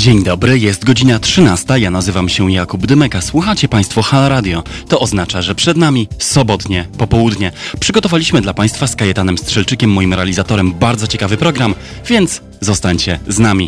Dzień dobry, jest godzina 13. Ja nazywam się Jakub Dymek, a słuchacie Państwo Halo Radio. To oznacza, że przed nami sobotnie popołudnie. Przygotowaliśmy dla Państwa z Kajetanem Strzelczykiem, moim realizatorem, bardzo ciekawy program, więc zostańcie z nami.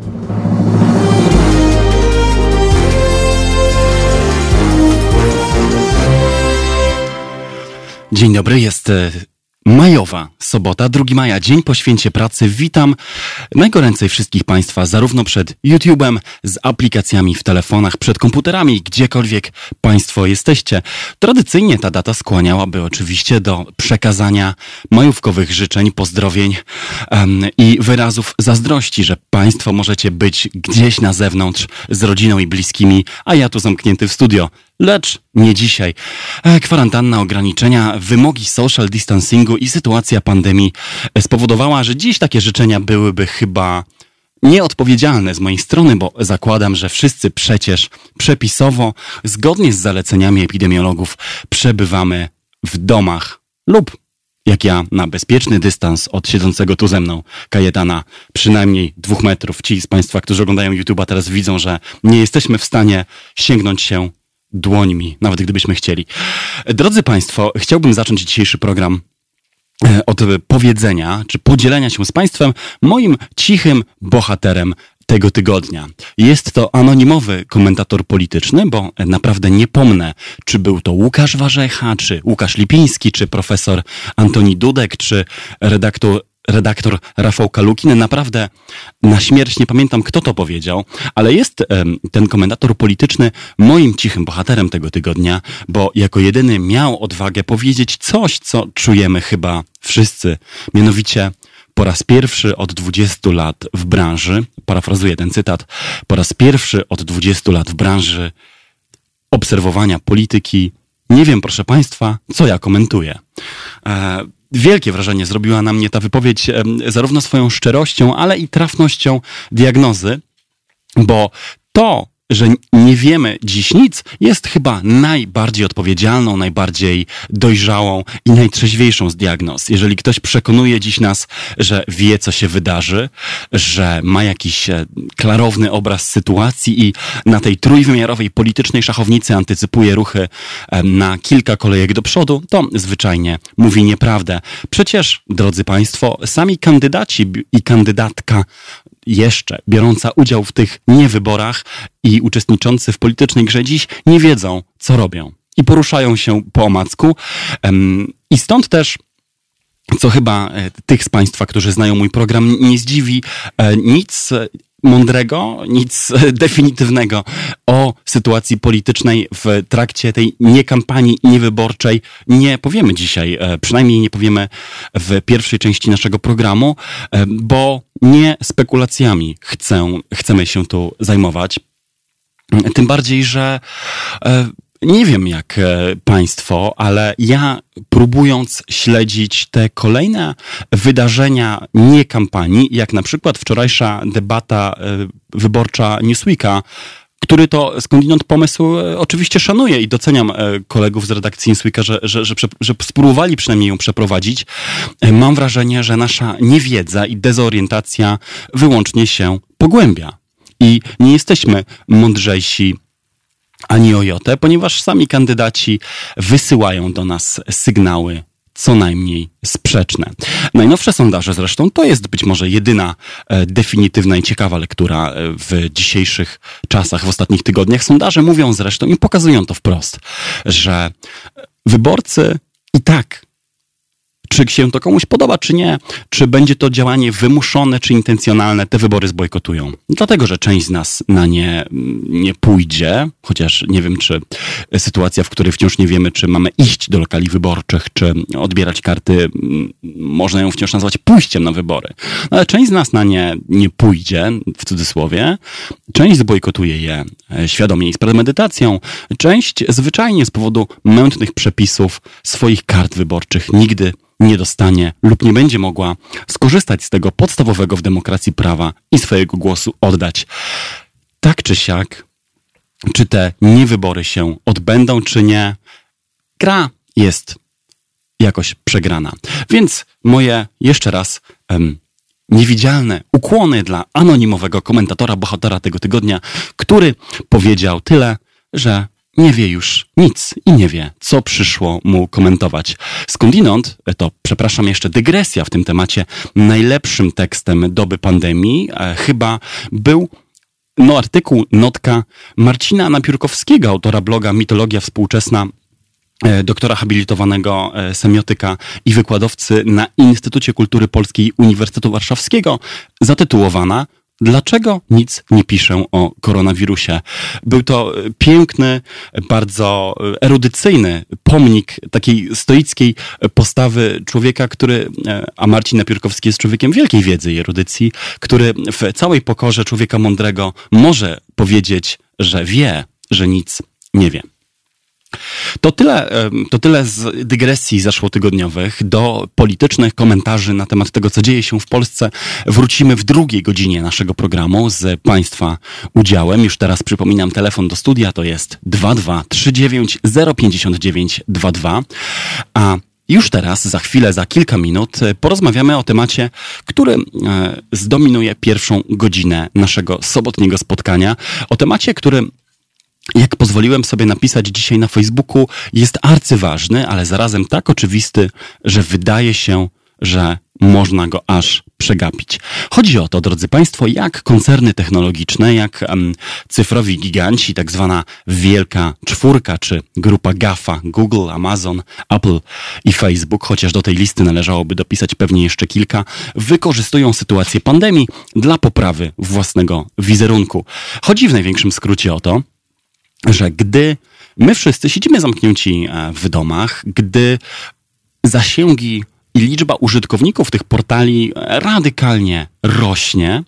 Dzień dobry, jest majowa sobota, 2 maja, dzień po święcie pracy. Witam najgoręcej wszystkich Państwa, zarówno przed YouTube'em, z aplikacjami w telefonach, przed komputerami, gdziekolwiek Państwo jesteście. Tradycyjnie ta data skłaniałaby oczywiście do przekazania majówkowych życzeń, pozdrowień i wyrazów zazdrości, że Państwo możecie być gdzieś na zewnątrz z rodziną i bliskimi, a ja tu zamknięty w studio. Lecz nie dzisiaj. Kwarantanna, ograniczenia, wymogi social distancingu i sytuacja pandemii spowodowała, że dziś takie życzenia byłyby chyba nieodpowiedzialne z mojej strony, bo zakładam, że wszyscy przecież przepisowo, zgodnie z zaleceniami epidemiologów, przebywamy w domach lub, jak ja, na bezpieczny dystans od siedzącego tu ze mną Kajetana, przynajmniej 2 metrów. Ci z Państwa, którzy oglądają YouTube'a, teraz widzą, że nie jesteśmy w stanie sięgnąć się dłońmi, nawet gdybyśmy chcieli. Drodzy Państwo, chciałbym zacząć dzisiejszy program od powiedzenia, czy podzielenia się z Państwem moim cichym bohaterem tego tygodnia. Jest to anonimowy komentator polityczny, bo naprawdę nie pomnę, czy był to Łukasz Warzecha, czy Łukasz Lipiński, czy profesor Antoni Dudek, czy redaktor Rafał Kalukin. Naprawdę na śmierć nie pamiętam, kto to powiedział, ale jest ten komentator polityczny moim cichym bohaterem tego tygodnia, bo jako jedyny miał odwagę powiedzieć coś, co czujemy chyba wszyscy. Mianowicie po raz pierwszy od 20 lat w branży, parafrazuję ten cytat, po raz pierwszy od 20 lat w branży obserwowania polityki, nie wiem, proszę Państwa, co ja komentuję. Wielkie wrażenie zrobiła na mnie ta wypowiedź zarówno swoją szczerością, ale i trafnością diagnozy, bo to, że nie wiemy dziś nic, jest chyba najbardziej odpowiedzialną, najbardziej dojrzałą i najtrzeźwiejszą z diagnoz. Jeżeli ktoś przekonuje dziś nas, że wie, co się wydarzy, że ma jakiś klarowny obraz sytuacji i na tej trójwymiarowej politycznej szachownicy antycypuje ruchy na kilka kolejek do przodu, to zwyczajnie mówi nieprawdę. Przecież, drodzy Państwo, sami kandydaci i kandydatka jeszcze biorąca udział w tych niewyborach i uczestniczący w politycznej grze dziś nie wiedzą, co robią i poruszają się po omacku. I stąd też, co chyba tych z Państwa, którzy znają mój program, nie zdziwi, nic mądrego, nic definitywnego o sytuacji politycznej w trakcie tej kampanii niewyborczej nie powiemy dzisiaj, przynajmniej nie powiemy w pierwszej części naszego programu, bo nie spekulacjami chcemy się tu zajmować. Tym bardziej, że nie wiem jak Państwo, ale ja próbując śledzić te kolejne wydarzenia nie kampanii, jak na przykład wczorajsza debata wyborcza Newsweeka, który to skądinąd pomysł oczywiście szanuję i doceniam kolegów z redakcji Newsweeka, że spróbowali przynajmniej ją przeprowadzić. Mam wrażenie, że nasza niewiedza i dezorientacja wyłącznie się pogłębia. I nie jesteśmy mądrzejsi ani o jotę, ponieważ sami kandydaci wysyłają do nas sygnały co najmniej sprzeczne. Najnowsze sondaże zresztą to jest być może jedyna definitywna i ciekawa lektura w dzisiejszych czasach, w ostatnich tygodniach. Sondaże mówią zresztą i pokazują to wprost, że wyborcy i tak, czy się to komuś podoba, czy nie, czy będzie to działanie wymuszone, czy intencjonalne, te wybory zbojkotują. Dlatego, że część z nas na nie pójdzie, chociaż nie wiem, czy sytuacja, w której wciąż nie wiemy, czy mamy iść do lokali wyborczych, czy odbierać karty, można ją wciąż nazwać pójściem na wybory. Ale część z nas na nie pójdzie, w cudzysłowie, część zbojkotuje je świadomie i z premedytacją, część zwyczajnie z powodu mętnych przepisów swoich kart wyborczych nigdy nie dostanie lub nie będzie mogła skorzystać z tego podstawowego w demokracji prawa i swojego głosu oddać. Tak czy siak, czy te niewybory się odbędą, czy nie, gra jest jakoś przegrana. Więc moje jeszcze raz niewidzialne ukłony dla anonimowego komentatora, bohatera tego tygodnia, który powiedział tyle, że nie wie już nic i nie wie, co przyszło mu komentować. Skądinąd, to przepraszam jeszcze, dygresja w tym temacie, najlepszym tekstem doby pandemii chyba był artykuł, notka Marcina Napiórkowskiego, autora bloga Mitologia Współczesna, doktora habilitowanego semiotyka i wykładowcy na Instytucie Kultury Polskiej Uniwersytetu Warszawskiego, zatytułowana Dlaczego nic nie piszę o koronawirusie? Był to piękny, bardzo erudycyjny pomnik takiej stoickiej postawy człowieka, a Marcin Napiórkowski jest człowiekiem wielkiej wiedzy i erudycji, który w całej pokorze człowieka mądrego może powiedzieć, że wie, że nic nie wie. To tyle z dygresji zeszłotygodniowych. Do politycznych komentarzy na temat tego, co dzieje się w Polsce, wrócimy w drugiej godzinie naszego programu z Państwa udziałem. Już teraz przypominam, telefon do studia to jest 2239 059 22, a już teraz, za chwilę, za kilka minut porozmawiamy o temacie, który zdominuje pierwszą godzinę naszego sobotniego spotkania. O temacie, który, jak pozwoliłem sobie napisać dzisiaj na Facebooku, jest arcyważny, ale zarazem tak oczywisty, że wydaje się, że można go aż przegapić. Chodzi o to, drodzy Państwo, jak koncerny technologiczne, jak cyfrowi giganci, tak zwana Wielka Czwórka, czy grupa GAFA, Google, Amazon, Apple i Facebook, chociaż do tej listy należałoby dopisać pewnie jeszcze kilka, wykorzystują sytuację pandemii dla poprawy własnego wizerunku. Chodzi w największym skrócie o to, że gdy my wszyscy siedzimy zamknięci w domach, gdy zasięgi i liczba użytkowników tych portali radykalnie rośnie,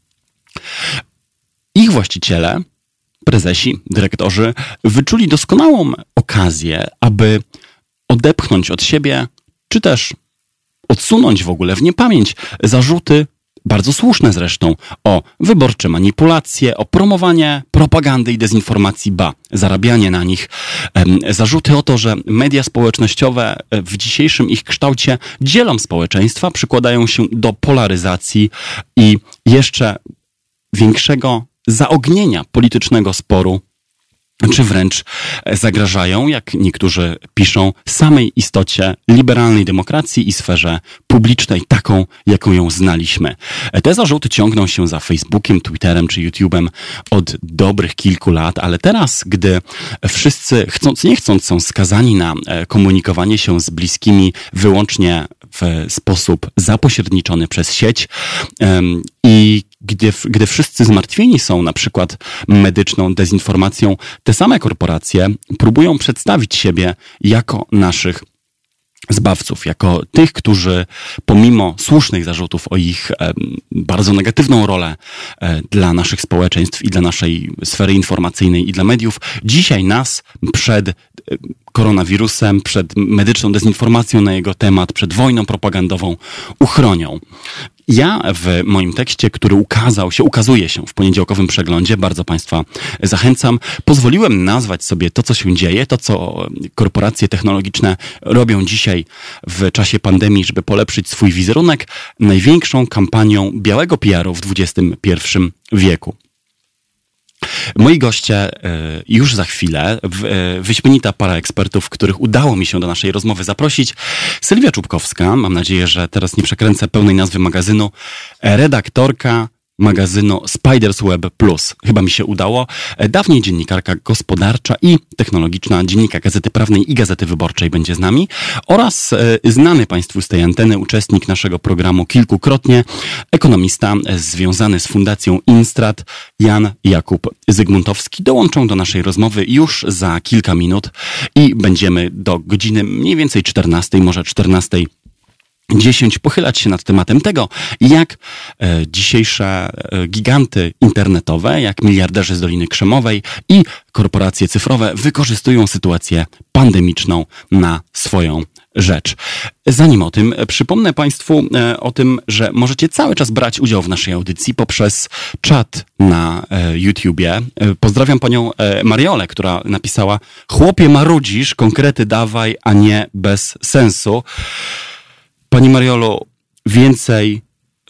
ich właściciele, prezesi, dyrektorzy wyczuli doskonałą okazję, aby odepchnąć od siebie, czy też odsunąć w ogóle w niepamięć zarzuty, bardzo słuszne zresztą, o wyborcze manipulacje, o promowanie propagandy i dezinformacji, zarabianie na nich. Zarzuty o to, że media społecznościowe w dzisiejszym ich kształcie dzielą społeczeństwa, przykładają się do polaryzacji i jeszcze większego zaognienia politycznego sporu, czy wręcz zagrażają, jak niektórzy piszą, samej istocie liberalnej demokracji i sferze publicznej, taką, jaką ją znaliśmy. Te zarzuty ciągną się za Facebookiem, Twitterem czy YouTube'em od dobrych kilku lat, ale teraz, gdy wszyscy, chcąc nie chcąc, są skazani na komunikowanie się z bliskimi wyłącznie w sposób zapośredniczony przez sieć i gdy wszyscy zmartwieni są na przykład medyczną dezinformacją, te same korporacje próbują przedstawić siebie jako naszych zbawców, jako tych, którzy pomimo słusznych zarzutów o ich bardzo negatywną rolę dla naszych społeczeństw i dla naszej sfery informacyjnej i dla mediów, dzisiaj nas przed koronawirusem, przed medyczną dezinformacją na jego temat, przed wojną propagandową uchronią. Ja w moim tekście, który ukazuje się w poniedziałkowym przeglądzie, bardzo Państwa zachęcam, pozwoliłem nazwać sobie to, co się dzieje, to, co korporacje technologiczne robią dzisiaj w czasie pandemii, żeby polepszyć swój wizerunek, największą kampanią białego PR-u w XXI wieku. Moi goście już za chwilę, wyśmienita para ekspertów, których udało mi się do naszej rozmowy zaprosić. Sylwia Czubkowska, mam nadzieję, że teraz nie przekręcę pełnej nazwy magazynu, redaktorka magazynu Spiders Web Plus. Chyba mi się udało. Dawniej dziennikarka gospodarcza i technologiczna, dziennika Gazety Prawnej i Gazety Wyborczej będzie z nami. Oraz znany Państwu z tej anteny uczestnik naszego programu kilkukrotnie, ekonomista związany z Fundacją Instrat, Jan Jakub Zygmuntowski. Dołączą do naszej rozmowy już za kilka minut i będziemy do godziny mniej więcej 14, może 14:10 pochylać się nad tematem tego, jak dzisiejsze giganty internetowe, jak miliarderzy z Doliny Krzemowej i korporacje cyfrowe wykorzystują sytuację pandemiczną na swoją rzecz. Zanim o tym, przypomnę Państwu o tym, że możecie cały czas brać udział w naszej audycji poprzez czat na YouTubie. Pozdrawiam panią Mariolę, która napisała: chłopie marudzisz, konkrety dawaj, a nie bez sensu. Pani Mariolo, więcej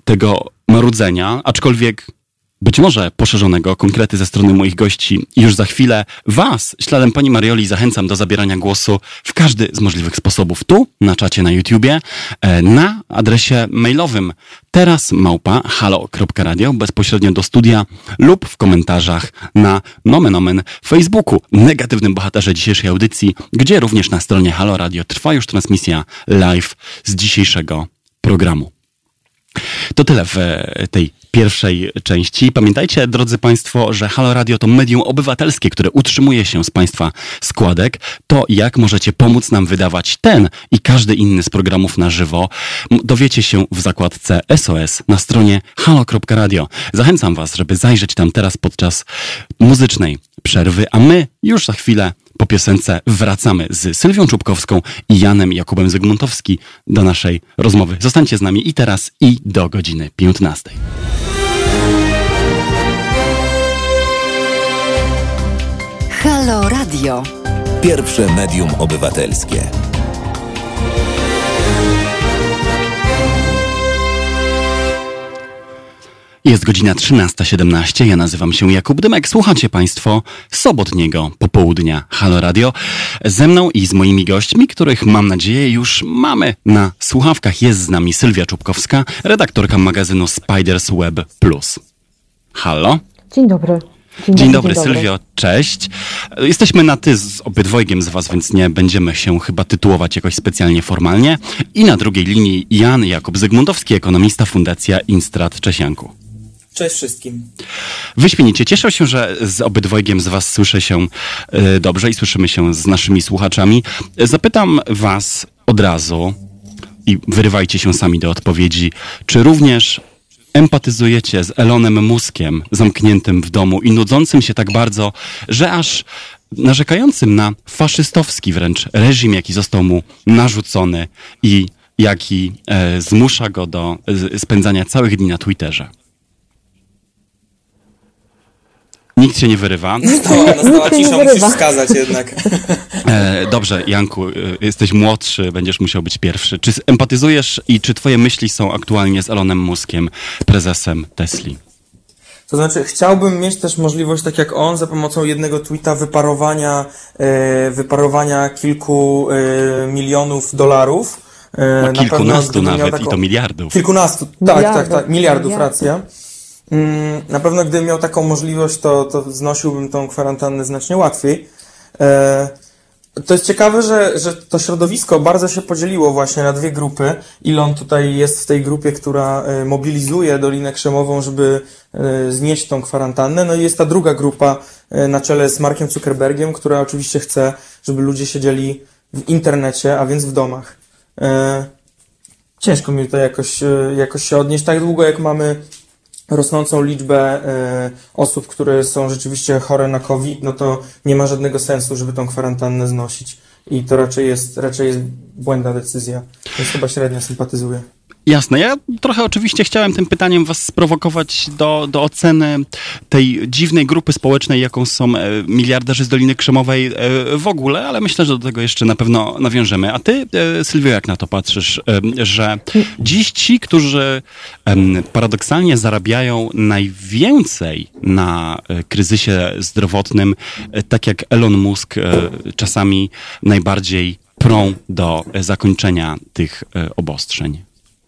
tego marudzenia, aczkolwiek być może poszerzonego, konkrety ze strony moich gości. I już za chwilę was, śladem pani Marioli, zachęcam do zabierania głosu w każdy z możliwych sposobów. Tu, na czacie na YouTubie, na adresie mailowym teraz@halo.radio, bezpośrednio do studia lub w komentarzach na nomen omen Facebooku, negatywnym bohaterze dzisiejszej audycji, gdzie również na stronie Halo Radio trwa już transmisja live z dzisiejszego programu. To tyle w tej pierwszej części. Pamiętajcie, drodzy Państwo, że Halo Radio to medium obywatelskie, które utrzymuje się z Państwa składek. To, jak możecie pomóc nam wydawać ten i każdy inny z programów na żywo, dowiecie się w zakładce SOS na stronie halo.radio. Zachęcam Was, żeby zajrzeć tam teraz podczas muzycznej przerwy, a my już za chwilę po piosence wracamy z Sylwią Czubkowską i Janem Jakubem Zygmuntowski do naszej rozmowy. Zostańcie z nami i teraz, i do godziny 15. Halo Radio. Pierwsze medium obywatelskie. Jest godzina 13:17, ja nazywam się Jakub Dymek. Słuchacie Państwo sobotniego popołudnia Halo Radio. Ze mną i z moimi gośćmi, których mam nadzieję już mamy na słuchawkach. Jest z nami Sylwia Czubkowska, redaktorka magazynu Spiders Web Plus. Halo? Dzień dobry. Dzień dobry, Sylwio, cześć. Jesteśmy na ty z obydwojgiem z was, więc nie będziemy się chyba tytułować jakoś specjalnie formalnie. I na drugiej linii Jan Jakub Zygmuntowski, ekonomista, Fundacja Instrat. Cześć, Janku. Cześć wszystkim. Wyśmienicie. Cieszę się, że z obydwojgiem z was słyszę się dobrze i słyszymy się z naszymi słuchaczami. Zapytam was od razu i wyrywajcie się sami do odpowiedzi, czy również empatyzujecie z Elonem Muskiem, zamkniętym w domu i nudzącym się tak bardzo, że aż narzekającym na faszystowski wręcz reżim, jaki został mu narzucony i jaki zmusza go do spędzania całych dni na Twitterze. Nikt się nie wyrywa. Nastała cisza, musisz wskazać jednak. Dobrze, Janku, jesteś młodszy, będziesz musiał być pierwszy. Czy empatyzujesz i czy twoje myśli są aktualnie z Elonem Muskiem, prezesem Tesli? To znaczy, chciałbym mieć też możliwość, tak jak on, za pomocą jednego tweeta wyparowania kilku milionów dolarów. Kilkunastu nawet i to miliardów. Kilkunastu, tak, miliardów, racja. Na pewno gdybym miał taką możliwość, to znosiłbym tą kwarantannę znacznie łatwiej. To jest ciekawe, że to środowisko bardzo się podzieliło właśnie na dwie grupy. Elon tutaj jest w tej grupie, która mobilizuje Dolinę Krzemową, żeby znieść tą kwarantannę. No i jest ta druga grupa na czele z Markiem Zuckerbergiem, która oczywiście chce, żeby ludzie siedzieli w internecie, a więc w domach. Ciężko mi tutaj jakoś się odnieść. Tak długo jak mamy rosnącą liczbę osób, które są rzeczywiście chore na COVID, no to nie ma żadnego sensu, żeby tą kwarantannę znosić. I to raczej jest błędna decyzja. Więc chyba średnio sympatyzuję. Jasne. Ja trochę oczywiście chciałem tym pytaniem was sprowokować do oceny tej dziwnej grupy społecznej, jaką są miliarderzy z Doliny Krzemowej w ogóle, ale myślę, że do tego jeszcze na pewno nawiążemy. A ty, Sylwio, jak na to patrzysz, że dziś ci, którzy paradoksalnie zarabiają najwięcej na kryzysie zdrowotnym, tak jak Elon Musk, czasami najbardziej prą do zakończenia tych obostrzeń?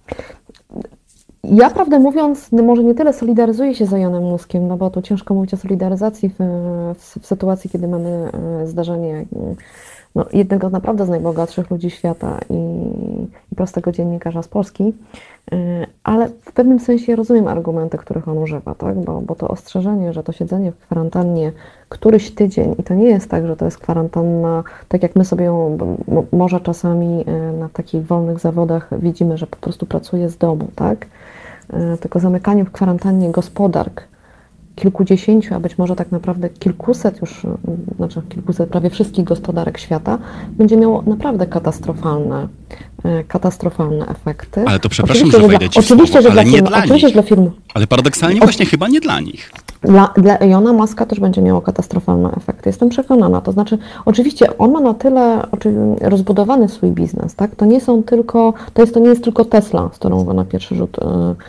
Ja, prawdę mówiąc, może nie tyle solidaryzuję się z Elonem Muskiem, no bo tu ciężko mówić o solidaryzacji w sytuacji, kiedy mamy zdarzenie jednego naprawdę z najbogatszych ludzi świata i prostego dziennikarza z Polski, ale w pewnym sensie rozumiem argumenty, których on używa, tak? Bo to ostrzeżenie, że to siedzenie w kwarantannie któryś tydzień i to nie jest tak, że to jest kwarantanna, tak jak my sobie ją może czasami na takich wolnych zawodach widzimy, że po prostu pracuje z domu, tak? Tylko zamykanie w kwarantannie gospodark kilkudziesięciu, a być może tak naprawdę kilkuset prawie wszystkich gospodarek świata, będzie miało naprawdę katastrofalne efekty. Ale to przepraszam, że wejdę ci w słowo, ale nie dla nich. Dla firmy. Ale paradoksalnie właśnie chyba nie dla nich. Dla Elona Muska też będzie miało katastrofalne efekty. Jestem przekonana. To znaczy, oczywiście on ma na tyle rozbudowany swój biznes, tak? To nie jest tylko Tesla, z którą go na pierwszy rzut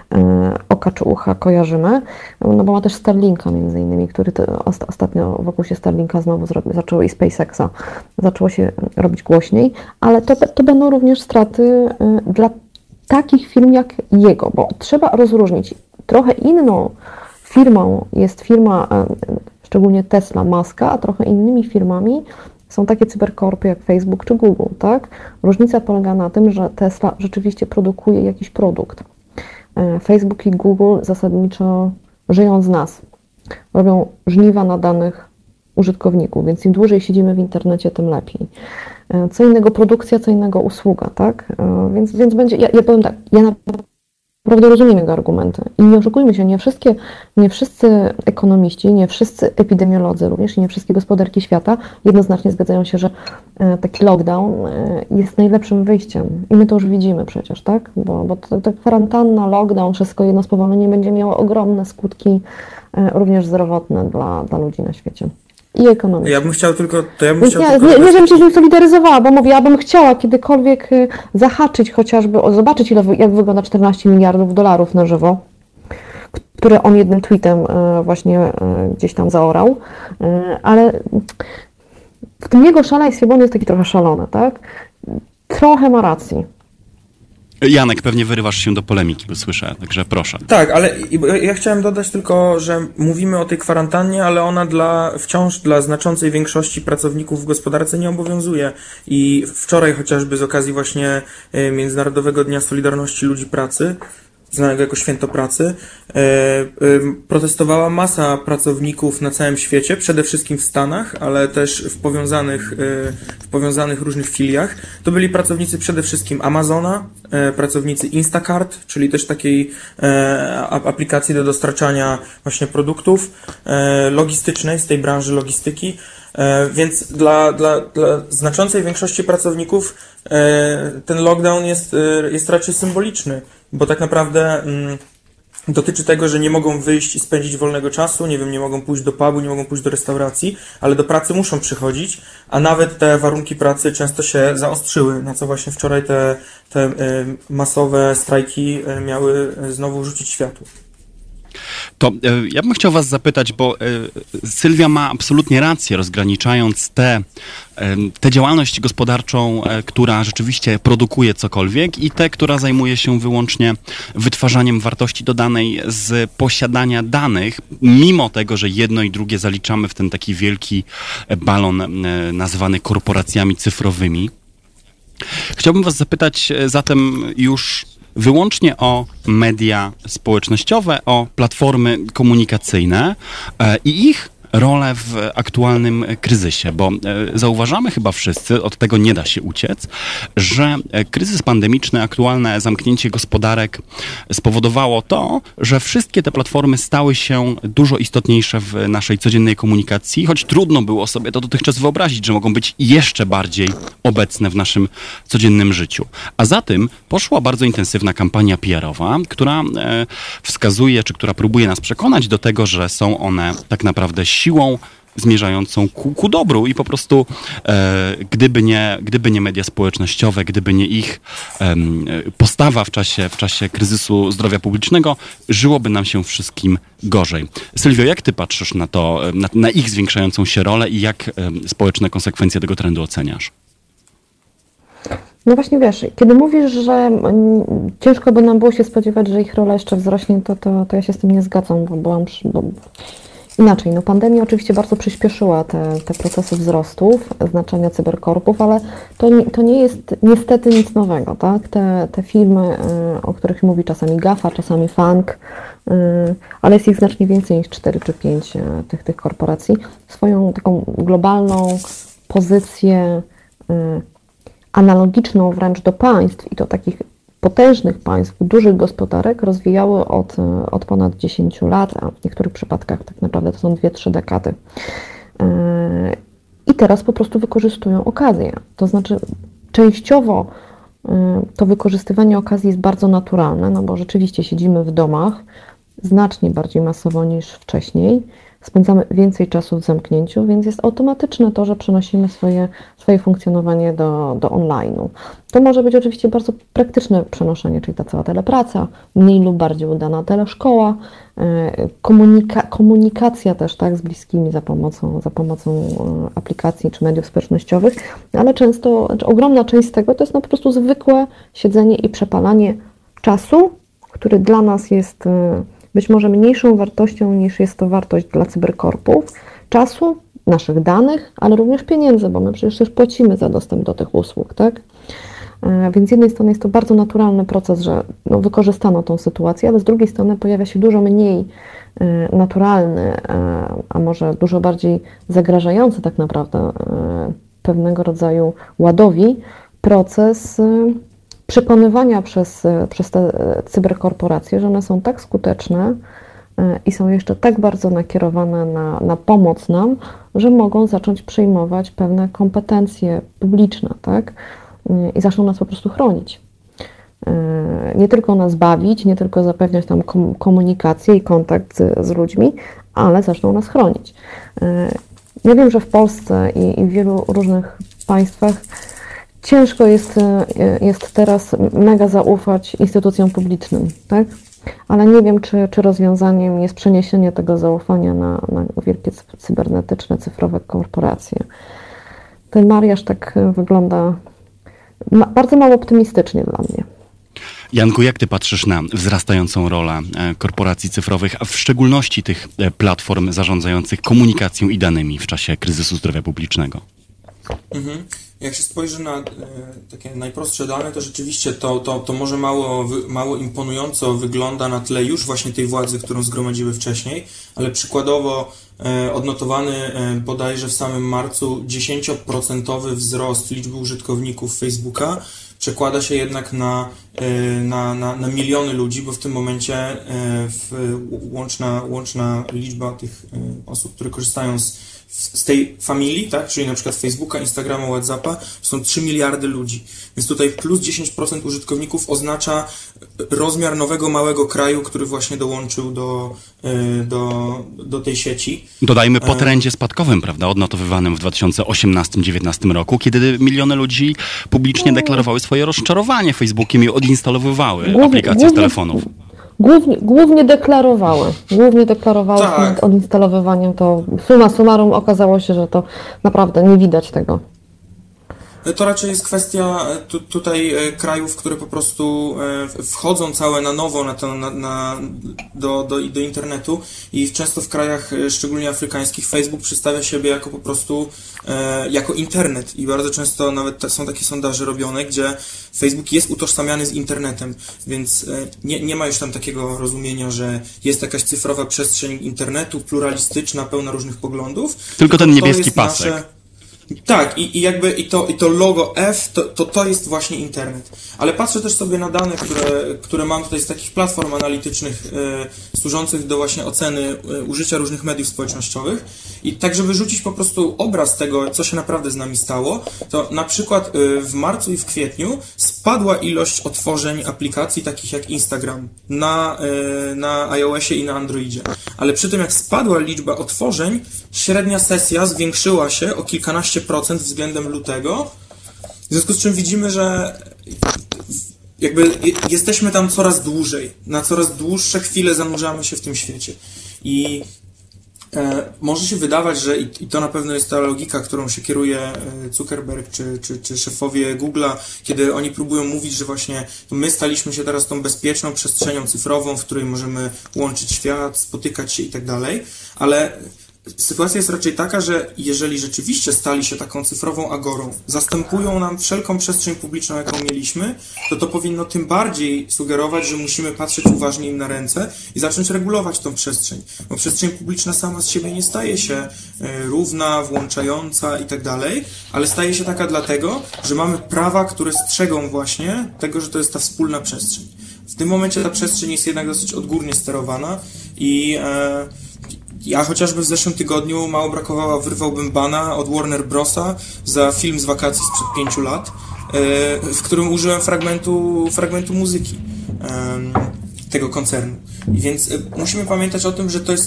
oka czy ucha kojarzymy, no bo ma też Starlinka między innymi, który ostatnio wokół się Starlinka znowu zaczęło i SpaceXa zaczęło się robić głośniej, ale to będą również straty dla takich firm jak jego, bo trzeba rozróżnić. Trochę inną firmą jest firma, szczególnie Tesla, Muska, a trochę innymi firmami są takie cyberkorpy jak Facebook czy Google, tak? Różnica polega na tym, że Tesla rzeczywiście produkuje jakiś produkt. Facebook i Google zasadniczo żyją z nas. Robią żniwa na danych użytkowników, więc im dłużej siedzimy w internecie, tym lepiej. Co innego produkcja, co innego usługa, tak? Więc będzie, ja powiem tak, ja naprawdę rozumiem jego argumenty. I nie oszukujmy się, nie wszyscy ekonomiści, nie wszyscy epidemiolodzy również i nie wszystkie gospodarki świata jednoznacznie zgadzają się, że taki lockdown jest najlepszym wyjściem. I my to już widzimy przecież, tak? Bo ta kwarantanna, lockdown, wszystko jedno spowolnienie będzie miało ogromne skutki również zdrowotne dla ludzi na świecie. I ekonomiczne. Ja bym chciał tylko... Nie, żebym się z nim solidaryzowała, bo mówię, ja bym chciała kiedykolwiek zahaczyć chociażby, zobaczyć jak wygląda 14 miliardów dolarów na żywo, które on jednym tweetem właśnie gdzieś tam zaorał, ale w tym jego szaleństwie, bo on jest taki trochę szalony, tak? Trochę ma racji. Janek, pewnie wyrywasz się do polemiki, bo słyszę, także proszę. Tak, ale ja chciałem dodać tylko, że mówimy o tej kwarantannie, ale ona wciąż dla znaczącej większości pracowników w gospodarce nie obowiązuje. I wczoraj chociażby z okazji właśnie Międzynarodowego Dnia Solidarności Ludzi Pracy, znanego jako Święto Pracy, protestowała masa pracowników na całym świecie, przede wszystkim w Stanach, ale też w powiązanych różnych filiach. To byli pracownicy przede wszystkim Amazona, pracownicy Instacart, czyli też takiej aplikacji do dostarczania właśnie produktów logistycznej, z tej branży logistyki. Więc dla znaczącej większości pracowników ten lockdown jest raczej symboliczny, bo tak naprawdę dotyczy tego, że nie mogą wyjść i spędzić wolnego czasu, nie mogą pójść do pubu, nie mogą pójść do restauracji, ale do pracy muszą przychodzić, a nawet te warunki pracy często się zaostrzyły, na co właśnie wczoraj te masowe strajki miały znowu rzucić światło. To ja bym chciał was zapytać, bo Sylwia ma absolutnie rację, rozgraniczając tę działalność gospodarczą, która rzeczywiście produkuje cokolwiek i tę, która zajmuje się wyłącznie wytwarzaniem wartości dodanej z posiadania danych, mimo tego, że jedno i drugie zaliczamy w ten taki wielki balon nazwany korporacjami cyfrowymi. Chciałbym was zapytać zatem już wyłącznie o media społecznościowe, o platformy komunikacyjne i ich rolę w aktualnym kryzysie, bo zauważamy chyba wszyscy, od tego nie da się uciec, że kryzys pandemiczny, aktualne zamknięcie gospodarek spowodowało to, że wszystkie te platformy stały się dużo istotniejsze w naszej codziennej komunikacji, choć trudno było sobie to dotychczas wyobrazić, że mogą być jeszcze bardziej obecne w naszym codziennym życiu. A za tym poszła bardzo intensywna kampania PR-owa, która wskazuje, czy która próbuje nas przekonać do tego, że są one tak naprawdę siłą zmierzającą ku dobru i po prostu gdyby nie media społecznościowe, gdyby nie ich postawa w czasie kryzysu zdrowia publicznego, żyłoby nam się wszystkim gorzej. Sylwio, jak ty patrzysz na to, na ich zwiększającą się rolę i jak społeczne konsekwencje tego trendu oceniasz? No właśnie wiesz, kiedy mówisz, że ciężko by nam było się spodziewać, że ich rola jeszcze wzrośnie, to ja się z tym nie zgadzam, bo inaczej, no pandemia oczywiście bardzo przyspieszyła te procesy wzrostów, znaczenia cyberkorpów, ale to nie jest niestety nic nowego, tak? Te firmy, o których mówi czasami GAFA, czasami FANG, ale jest ich znacznie więcej niż 4 czy 5 tych korporacji, swoją taką globalną pozycję analogiczną wręcz do państw i do takich potężnych państw, dużych gospodarek rozwijały od ponad 10 lat, a w niektórych przypadkach tak naprawdę to są 2-3 dekady. I teraz po prostu wykorzystują okazję. To znaczy częściowo to wykorzystywanie okazji jest bardzo naturalne, no bo rzeczywiście siedzimy w domach znacznie bardziej masowo niż wcześniej. spędzamy więcej czasu w zamknięciu, więc jest automatyczne to, że przenosimy swoje funkcjonowanie do online'u. To może być oczywiście bardzo praktyczne przenoszenie, czyli ta cała telepraca, mniej lub bardziej udana teleszkoła, komunikacja też tak, z bliskimi za pomocą aplikacji czy mediów społecznościowych, ale często, ogromna część z tego to jest po prostu zwykłe siedzenie i przepalanie czasu, który dla nas jest być może mniejszą wartością niż jest to wartość dla cyberkorpów, czasu, naszych danych, ale również pieniędzy, bo my przecież też płacimy za dostęp do tych usług, tak? Więc z jednej strony jest to bardzo naturalny proces, że wykorzystano tą sytuację, ale z drugiej strony pojawia się dużo mniej naturalny, a może dużo bardziej zagrażający tak naprawdę pewnego rodzaju ładowi proces przekonywania przez te cyberkorporacje, że one są tak skuteczne i są jeszcze tak bardzo nakierowane na pomoc nam, że mogą zacząć przejmować pewne kompetencje publiczne, tak? I zaczną nas po prostu chronić. Nie tylko nas bawić, nie tylko zapewniać tam komunikację i kontakt z ludźmi, ale zaczną nas chronić. Ja wiem, że w Polsce i w wielu różnych państwach ciężko jest teraz mega zaufać instytucjom publicznym, tak? Ale nie wiem, czy rozwiązaniem jest przeniesienie tego zaufania na wielkie cybernetyczne, cyfrowe korporacje. Ten mariaż tak wygląda bardzo mało optymistycznie dla mnie. Janku, jak ty patrzysz na wzrastającą rolę korporacji cyfrowych, a w szczególności tych platform zarządzających komunikacją i danymi w czasie kryzysu zdrowia publicznego? Jak się spojrzy na takie najprostsze dane, to rzeczywiście to może mało imponująco wygląda na tle już właśnie tej władzy, którą zgromadziły wcześniej, ale przykładowo odnotowany bodajże w samym marcu 10% wzrost liczby użytkowników Facebooka przekłada się jednak na miliony ludzi, bo w tym momencie łączna liczba tych osób, które korzystają z tej familii, tak, czyli na przykład Facebooka, Instagrama, WhatsAppa, są 3 miliardy ludzi. Więc tutaj plus 10% użytkowników oznacza rozmiar nowego, małego kraju, który właśnie dołączył do tej sieci. Dodajmy po trendzie spadkowym, prawda, odnotowywanym w 2018-2019 roku, kiedy miliony ludzi publicznie deklarowały swoje rozczarowanie Facebookiem i odinstalowywały aplikacje z telefonów. Głównie deklarowały Tak. Przed odinstalowywaniem, to summa summarum okazało się, że to naprawdę nie widać tego. To raczej jest kwestia tutaj krajów, które po prostu wchodzą całe na nowo do internetu i często w krajach, szczególnie afrykańskich, Facebook przedstawia siebie jako po prostu jako internet i bardzo często nawet są takie sondaże robione, gdzie Facebook jest utożsamiany z internetem, więc nie ma już tam takiego rozumienia, że jest jakaś cyfrowa przestrzeń internetu, pluralistyczna, pełna różnych poglądów. Tylko ten niebieski pasek. Tak, i to logo F, to jest właśnie internet. Ale patrzę też sobie na dane, które mam tutaj z takich platform analitycznych służących do właśnie oceny użycia różnych mediów społecznościowych. I tak, żeby rzucić po prostu obraz tego, co się naprawdę z nami stało, to na przykład w marcu i w kwietniu spadła ilość otworzeń aplikacji takich jak Instagram na iOSie i na Androidzie. Ale przy tym jak spadła liczba otworzeń, średnia sesja zwiększyła się o kilkanaście procent względem lutego, w związku z czym widzimy, że jakby jesteśmy tam coraz dłużej, na coraz dłuższe chwile zanurzamy się w tym świecie. I może się wydawać, że i to na pewno jest ta logika, którą się kieruje Zuckerberg czy szefowie Google'a, kiedy oni próbują mówić, że właśnie my staliśmy się teraz tą bezpieczną przestrzenią cyfrową, w której możemy łączyć świat, spotykać się i tak dalej, ale sytuacja jest raczej taka, że jeżeli rzeczywiście stali się taką cyfrową agorą, zastępują nam wszelką przestrzeń publiczną, jaką mieliśmy, to powinno tym bardziej sugerować, że musimy patrzeć uważnie im na ręce i zacząć regulować tą przestrzeń. Bo przestrzeń publiczna sama z siebie nie staje się równa, włączająca i tak dalej, ale staje się taka dlatego, że mamy prawa, które strzegą właśnie tego, że to jest ta wspólna przestrzeń. W tym momencie ta przestrzeń jest jednak dosyć odgórnie sterowana i ja chociażby w zeszłym tygodniu mało brakowało, wyrwałbym bana od Warner Brosa za film z wakacji sprzed 5 lat, w którym użyłem fragmentu muzyki tego koncernu. I więc musimy pamiętać o tym, że to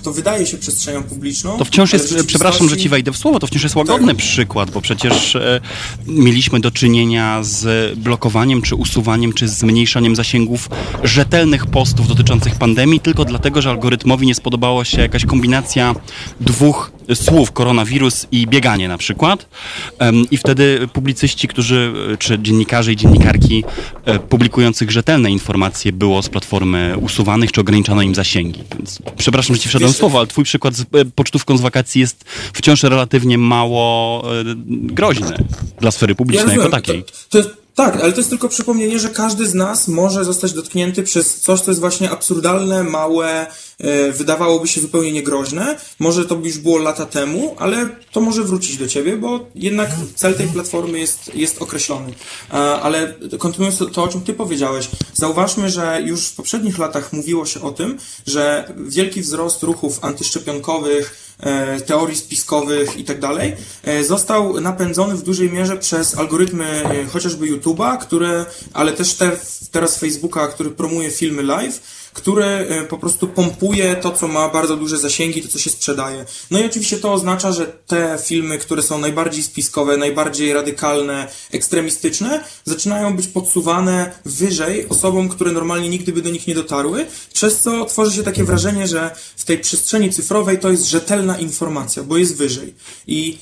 to wydaje się przestrzenią publiczną. To wciąż jest, rzeczywistości... przepraszam, że ci wejdę w słowo, to wciąż jest łagodny przykład, bo przecież mieliśmy do czynienia z blokowaniem, czy usuwaniem, czy zmniejszaniem zasięgów rzetelnych postów dotyczących pandemii, tylko dlatego, że algorytmowi nie spodobała się jakaś kombinacja dwóch słów, koronawirus i bieganie na przykład. I wtedy publicyści, czy dziennikarze i dziennikarki publikujących rzetelne informacje było z platformy usuwanych, czy ograniczano im zasięgi. Więc przepraszam, że ci wszedłem w słowo, ale twój przykład z pocztówką z wakacji jest wciąż relatywnie mało groźny dla sfery publicznej jako takiej. Tak, ale to jest tylko przypomnienie, że każdy z nas może zostać dotknięty przez coś, co jest właśnie absurdalne, małe, wydawałoby się zupełnie niegroźne. Może to już było lata temu, ale to może wrócić do ciebie, bo jednak cel tej platformy jest określony. Ale kontynuując to, o czym ty powiedziałeś, zauważmy, że już w poprzednich latach mówiło się o tym, że wielki wzrost ruchów antyszczepionkowych, teorii spiskowych i tak dalej, został napędzony w dużej mierze przez algorytmy chociażby YouTube'a, ale też teraz Facebooka, który promuje filmy live, który po prostu pompuje to, co ma bardzo duże zasięgi, to, co się sprzedaje. No i oczywiście to oznacza, że te filmy, które są najbardziej spiskowe, najbardziej radykalne, ekstremistyczne, zaczynają być podsuwane wyżej osobom, które normalnie nigdy by do nich nie dotarły, przez co tworzy się takie wrażenie, że w tej przestrzeni cyfrowej to jest rzetelna informacja, bo jest wyżej. I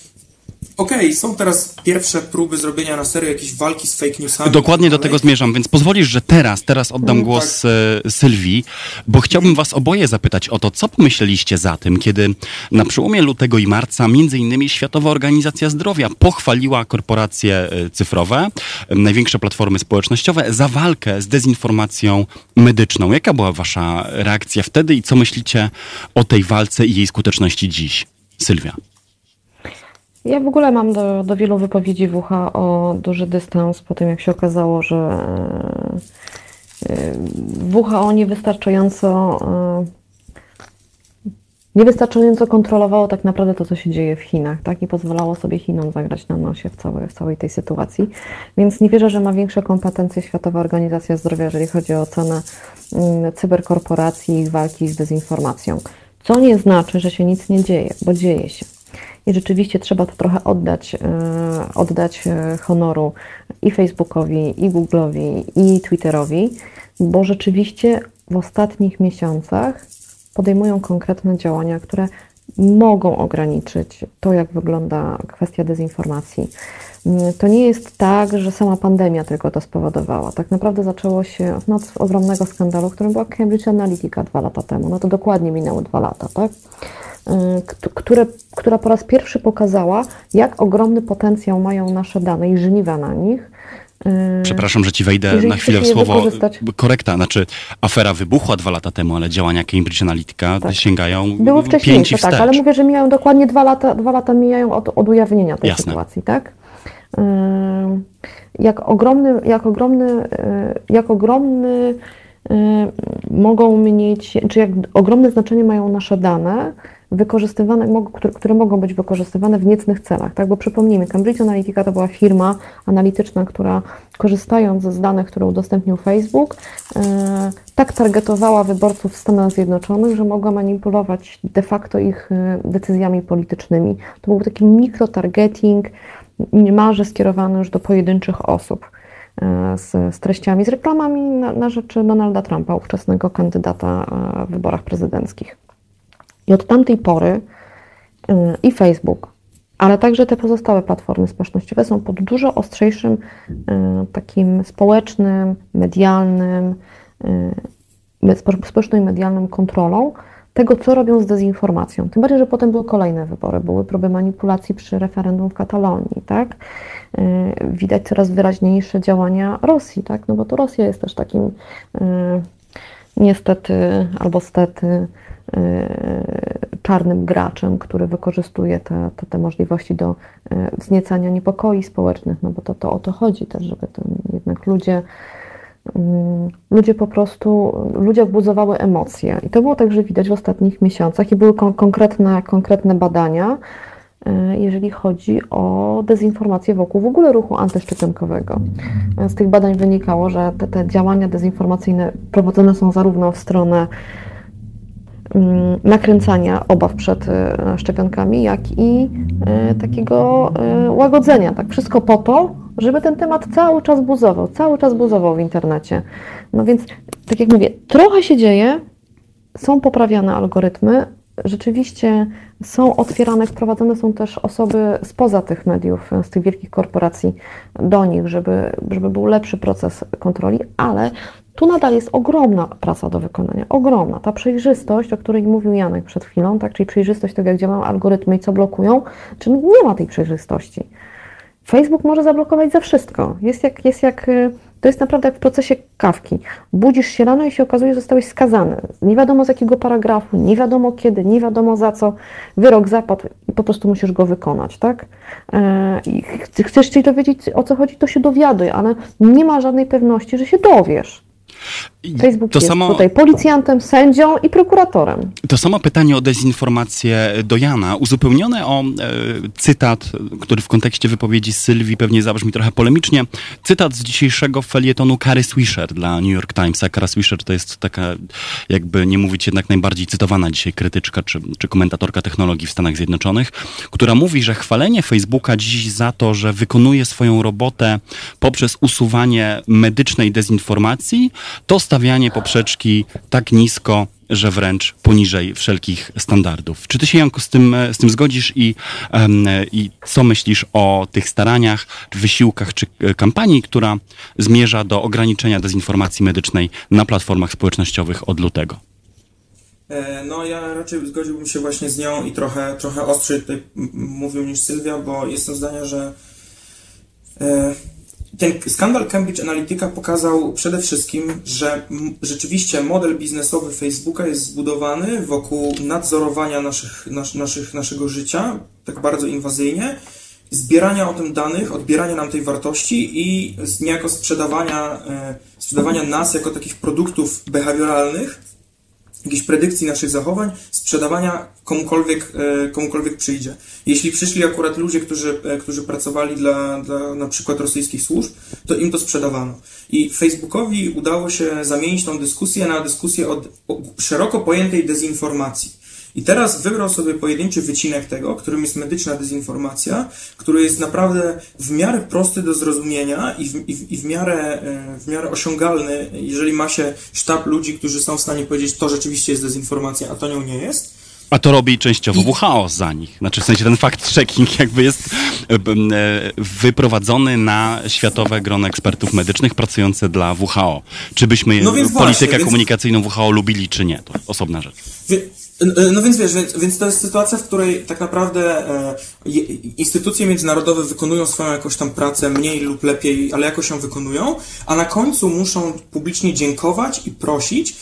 są teraz pierwsze próby zrobienia na serio jakiejś walki z fake newsami. Dokładnie do tego zmierzam, więc pozwolisz, że teraz oddam głos Sylwii, bo chciałbym was oboje zapytać o to, co pomyśleliście za tym, kiedy na przełomie lutego i marca między innymi Światowa Organizacja Zdrowia pochwaliła korporacje cyfrowe, największe platformy społecznościowe za walkę z dezinformacją medyczną. Jaka była wasza reakcja wtedy i co myślicie o tej walce i jej skuteczności dziś? Sylwia. Ja w ogóle mam do wielu wypowiedzi WHO duży dystans po tym, jak się okazało, że WHO niewystarczająco kontrolowało tak naprawdę to, co się dzieje w Chinach, tak? I pozwalało sobie Chinom zagrać na nosie w całej tej sytuacji. Więc nie wierzę, że ma większe kompetencje Światowa Organizacja Zdrowia, jeżeli chodzi o ocenę cyberkorporacji i ich walki z dezinformacją. Co nie znaczy, że się nic nie dzieje, bo dzieje się. I rzeczywiście trzeba to trochę oddać honoru i Facebookowi, i Google'owi, i Twitterowi, bo rzeczywiście w ostatnich miesiącach podejmują konkretne działania, które mogą ograniczyć to, jak wygląda kwestia dezinformacji. To nie jest tak, że sama pandemia tylko to spowodowała. Tak naprawdę zaczęło się od ogromnego skandalu, którym była Cambridge Analytica 2 lata temu. No to dokładnie minęły 2 lata, tak? Która po raz pierwszy pokazała, jak ogromny potencjał mają nasze dane i żniwa na nich. Przepraszam, że ci wejdę na chwilę w słowo. Korekta, afera wybuchła 2 lata temu, ale działania Cambridge Analytica sięgają były wcześniejsze, wstecz. Tak, ale mówię, że mijają dokładnie 2 lata mijają od ujawnienia tej sytuacji, tak? Jak ogromny mogą mieć, czy jak ogromne znaczenie mają nasze dane wykorzystywane, które mogą być wykorzystywane w niecnych celach, tak? Bo przypomnijmy, Cambridge Analytica to była firma analityczna, która korzystając z danych, które udostępnił Facebook, tak targetowała wyborców w Stanach Zjednoczonych, że mogła manipulować de facto ich decyzjami politycznymi. To był taki mikrotargeting, niemalże skierowany już do pojedynczych osób z treściami, z reklamami na rzecz Donalda Trumpa, ówczesnego kandydata w wyborach prezydenckich. I od tamtej pory i Facebook, ale także te pozostałe platformy społecznościowe są pod dużo ostrzejszym takim społecznym, medialnym, społeczną i medialną kontrolą tego, co robią z dezinformacją. Tym bardziej, że potem były kolejne wybory, były próby manipulacji przy referendum w Katalonii, tak? Widać coraz wyraźniejsze działania Rosji, tak? No bo to Rosja jest też takim niestety albo stety czarnym graczem, który wykorzystuje te możliwości do wzniecania niepokoi społecznych, no bo to o to chodzi też, żeby jednak ludzie buzowały emocje. I to było także widać w ostatnich miesiącach i były konkretne badania, jeżeli chodzi o dezinformację wokół w ogóle ruchu antyszczepionkowego. Z tych badań wynikało, że te działania dezinformacyjne prowadzone są zarówno w stronę nakręcania obaw przed szczepionkami, jak i takiego łagodzenia. Tak, wszystko po to, żeby ten temat cały czas buzował w internecie. No więc, tak jak mówię, trochę się dzieje, są poprawiane algorytmy, rzeczywiście są otwierane, wprowadzone są też osoby spoza tych mediów, z tych wielkich korporacji do nich, żeby był lepszy proces kontroli, ale tu nadal jest ogromna praca do wykonania, ogromna. Ta przejrzystość, o której mówił Janek przed chwilą, tak, czyli przejrzystość tego, jak działają algorytmy i co blokują, czy nie ma tej przejrzystości. Facebook może zablokować za wszystko. To jest naprawdę jak w procesie kawki. Budzisz się rano i się okazuje, że zostałeś skazany. Nie wiadomo z jakiego paragrafu, nie wiadomo kiedy, nie wiadomo za co. Wyrok zapadł i po prostu musisz go wykonać, tak? I chcesz się dowiedzieć, o co chodzi, to się dowiaduj, ale nie ma żadnej pewności, że się dowiesz. Facebook to jest tutaj policjantem, sędzią i prokuratorem. To samo pytanie o dezinformację do Jana, uzupełnione o cytat, który w kontekście wypowiedzi Sylwii pewnie zabrzmi trochę polemicznie. Cytat z dzisiejszego felietonu Kary Swisher dla New York Timesa. Kara Swisher to jest taka, jakby nie mówić jednak najbardziej cytowana dzisiaj krytyczka czy komentatorka technologii w Stanach Zjednoczonych, która mówi, że chwalenie Facebooka dziś za to, że wykonuje swoją robotę poprzez usuwanie medycznej dezinformacji, to stawianie poprzeczki tak nisko, że wręcz poniżej wszelkich standardów. Czy ty się, Janku, z tym zgodzisz i co myślisz o tych staraniach, wysiłkach czy kampanii, która zmierza do ograniczenia dezinformacji medycznej na platformach społecznościowych od lutego? No ja raczej zgodziłbym się właśnie z nią i trochę ostrzej tutaj mówił niż Sylwia, bo jestem zdania, że ten skandal Cambridge Analytica pokazał przede wszystkim, że rzeczywiście model biznesowy Facebooka jest zbudowany wokół nadzorowania naszego życia, tak bardzo inwazyjnie, zbierania o tym danych, odbierania nam tej wartości i niejako sprzedawania nas jako takich produktów behawioralnych, jakiejś predykcji naszych zachowań, sprzedawania komukolwiek przyjdzie. Jeśli przyszli akurat ludzie, którzy pracowali dla na przykład rosyjskich służb, to im to sprzedawano. I Facebookowi udało się zamienić tą dyskusję na dyskusję o szeroko pojętej dezinformacji. I teraz wybrał sobie pojedynczy wycinek tego, którym jest medyczna dezinformacja, który jest naprawdę w miarę prosty do zrozumienia i w miarę osiągalny, jeżeli ma się sztab ludzi, którzy są w stanie powiedzieć, to rzeczywiście jest dezinformacja, a to nią nie jest. A to robi częściowo WHO za nich. Znaczy w sensie ten fact-checking jakby jest wyprowadzony na światowe grono ekspertów medycznych pracujące dla WHO. Czy byśmy politykę komunikacyjną WHO lubili, czy nie? To osobna rzecz. No więc wiesz, więc to jest sytuacja, w której tak naprawdę instytucje międzynarodowe wykonują swoją jakąś tam pracę mniej lub lepiej, ale jakoś ją wykonują, a na końcu muszą publicznie dziękować i prosić,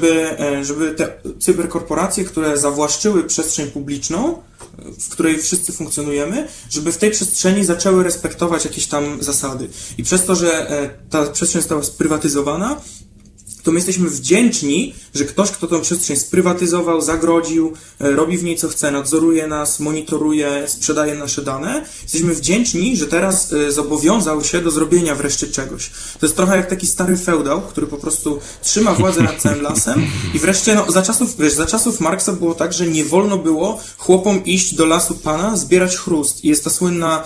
żeby te cyberkorporacje, które zawłaszczyły przestrzeń publiczną, w której wszyscy funkcjonujemy, żeby w tej przestrzeni zaczęły respektować jakieś tam zasady. I przez to, że ta przestrzeń została sprywatyzowana, to my jesteśmy wdzięczni, że ktoś, kto tę przestrzeń sprywatyzował, zagrodził, robi w niej co chce, nadzoruje nas, monitoruje, sprzedaje nasze dane. Jesteśmy wdzięczni, że teraz zobowiązał się do zrobienia wreszcie czegoś. To jest trochę jak taki stary feudał, który po prostu trzyma władzę nad całym lasem i wreszcie, za czasów Marksa było tak, że nie wolno było chłopom iść do lasu Pana, zbierać chrust. I jest ta słynna,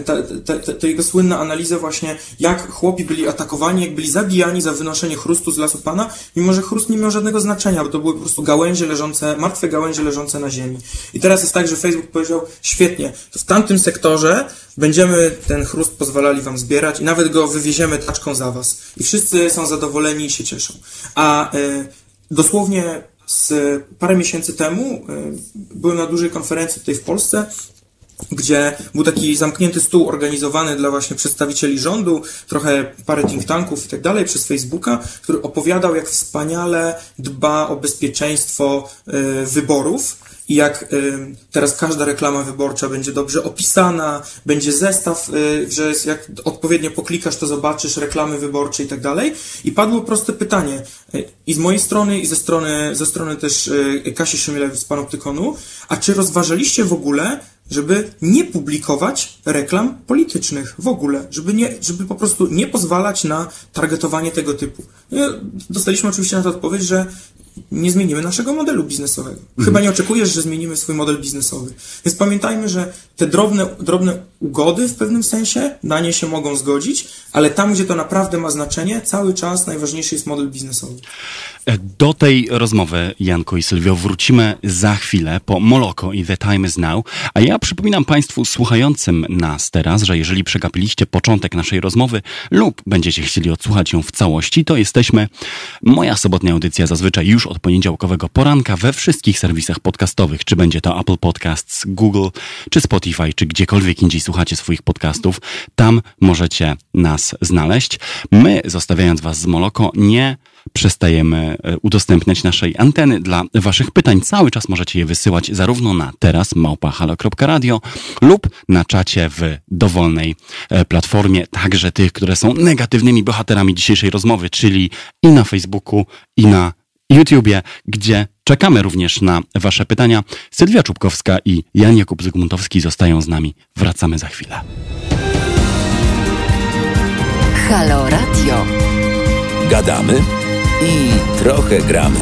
ta jego słynna analiza właśnie, jak chłopi byli atakowani, jak byli zabijani za wynoszenie chrustu z lasu Pana, mimo że chrust nie miał żadnego znaczenia, bo to były po prostu martwe gałęzie leżące na ziemi. I teraz jest tak, że Facebook powiedział, świetnie, to w tamtym sektorze będziemy ten chrust pozwalali wam zbierać i nawet go wywieziemy taczką za was. I wszyscy są zadowoleni i się cieszą. A dosłownie z parę miesięcy temu byłem na dużej konferencji tutaj w Polsce, gdzie był taki zamknięty stół organizowany dla właśnie przedstawicieli rządu, parę think tanków i tak dalej przez Facebooka, który opowiadał, jak wspaniale dba o bezpieczeństwo wyborów i jak teraz każda reklama wyborcza będzie dobrze opisana, będzie zestaw, że jak odpowiednio poklikasz, to zobaczysz reklamy wyborcze i tak dalej. I padło proste pytanie i z mojej strony, i ze strony też Kasi Szymielewicz z Panoptykonu, a czy rozważaliście w ogóle, żeby nie publikować reklam politycznych w ogóle, żeby po prostu nie pozwalać na targetowanie tego typu. Dostaliśmy oczywiście na to odpowiedź, że nie zmienimy naszego modelu biznesowego. Chyba nie oczekujesz, że zmienimy swój model biznesowy. Więc pamiętajmy, że te drobne ugody w pewnym sensie, na nie się mogą zgodzić, ale tam, gdzie to naprawdę ma znaczenie, cały czas najważniejszy jest model biznesowy. Do tej rozmowy, Janku i Sylwio, wrócimy za chwilę po Moloko i The Time Is Now, a ja przypominam Państwu słuchającym nas teraz, że jeżeli przegapiliście początek naszej rozmowy lub będziecie chcieli odsłuchać ją w całości, to jesteśmy, moja sobotnia audycja zazwyczaj już od poniedziałkowego poranka we wszystkich serwisach podcastowych, czy będzie to Apple Podcasts, Google, czy Spotify, czy gdziekolwiek indziej słuchacie swoich podcastów, tam możecie nas znaleźć. My, zostawiając Was z Moloko, nie przestajemy udostępniać naszej anteny dla Waszych pytań. Cały czas możecie je wysyłać zarówno na teraz@halo.radio lub na czacie w dowolnej platformie, także tych, które są negatywnymi bohaterami dzisiejszej rozmowy, czyli i na Facebooku, i na YouTubie, gdzie czekamy również na Wasze pytania. Sylwia Czubkowska i Jan Jakub Zygmuntowski zostają z nami. Wracamy za chwilę. Halo Radio. Gadamy i trochę gramy.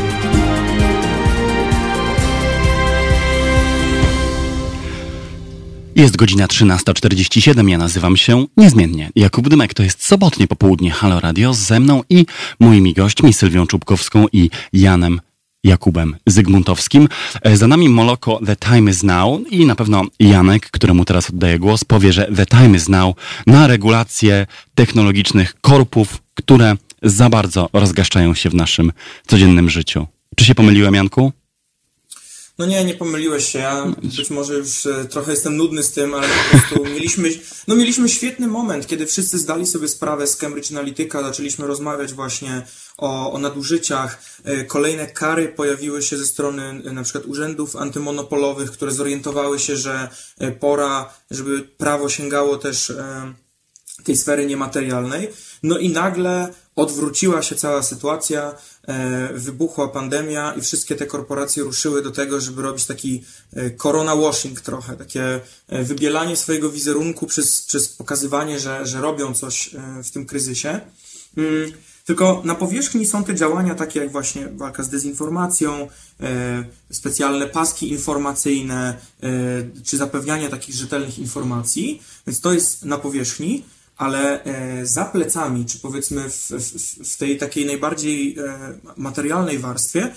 Jest godzina 13:47, ja nazywam się niezmiennie Jakub Dymek, to jest sobotnie popołudnie Halo Radio ze mną i moimi gośćmi Sylwią Czubkowską i Janem Jakubem Zygmuntowskim. Za nami Moloko The Time Is Now i na pewno Janek, któremu teraz oddaję głos, powie, że The Time Is Now na regulację technologicznych korpów, które za bardzo rozgaszczają się w naszym codziennym życiu. Czy się pomyliłem, Janku? No nie pomyliłeś się. Ja być może już trochę jestem nudny z tym, ale po prostu mieliśmy świetny moment, kiedy wszyscy zdali sobie sprawę z Cambridge Analytica, zaczęliśmy rozmawiać właśnie o nadużyciach. Kolejne kary pojawiły się ze strony na przykład urzędów antymonopolowych, które zorientowały się, że pora, żeby prawo sięgało też tej sfery niematerialnej. No i nagle odwróciła się cała sytuacja, wybuchła pandemia i wszystkie te korporacje ruszyły do tego, żeby robić taki corona washing trochę, takie wybielanie swojego wizerunku przez pokazywanie, że robią coś w tym kryzysie. Tylko na powierzchni są te działania takie jak właśnie walka z dezinformacją, specjalne paski informacyjne, czy zapewnianie takich rzetelnych informacji, więc to jest na powierzchni, ale za plecami, czy powiedzmy w tej takiej najbardziej materialnej warstwie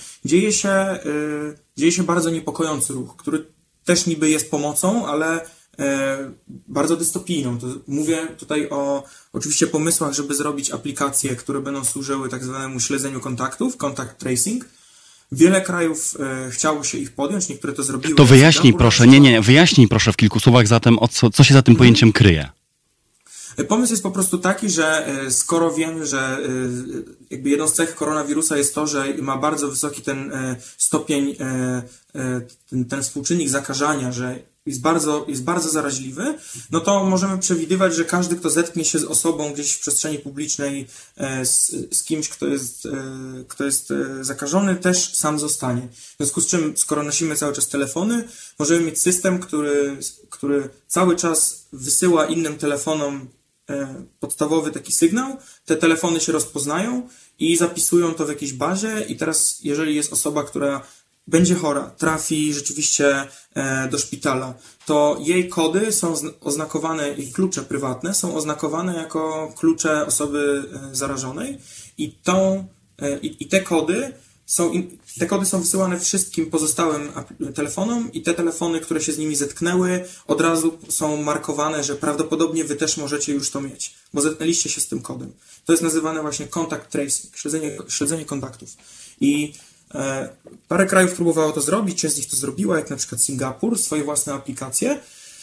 dzieje się bardzo niepokojący ruch, który też niby jest pomocą, ale bardzo dystopijną. To mówię tutaj o oczywiście pomysłach, żeby zrobić aplikacje, które będą służyły tak zwanemu śledzeniu kontaktów, contact tracing. Wiele krajów chciało się ich podjąć, niektóre to zrobiły. To wyjaśnij proszę, wyjaśnij proszę w kilku słowach zatem, co się za tym pojęciem kryje. Pomysł jest po prostu taki, że skoro wiemy, że jakby jedną z cech koronawirusa jest to, że ma bardzo wysoki ten stopień, ten współczynnik zakażania, że jest bardzo zaraźliwy, no to możemy przewidywać, że każdy, kto zetknie się z osobą gdzieś w przestrzeni publicznej, z kimś, kto jest zakażony, też sam zostanie. W związku z czym, skoro nosimy cały czas telefony, możemy mieć system, który cały czas wysyła innym telefonom podstawowy taki sygnał, te telefony się rozpoznają i zapisują to w jakiejś bazie i teraz, jeżeli jest osoba, która będzie chora, trafi rzeczywiście do szpitala, to jej kody są oznakowane, jej klucze prywatne są oznakowane jako klucze osoby zarażonej i te kody są wysyłane wszystkim pozostałym telefonom i te telefony, które się z nimi zetknęły, od razu są markowane, że prawdopodobnie wy też możecie już to mieć, bo zetknęliście się z tym kodem. To jest nazywane właśnie contact tracing, śledzenie kontaktów. I parę krajów próbowało to zrobić, część z nich to zrobiła, jak na przykład Singapur, swoje własne aplikacje.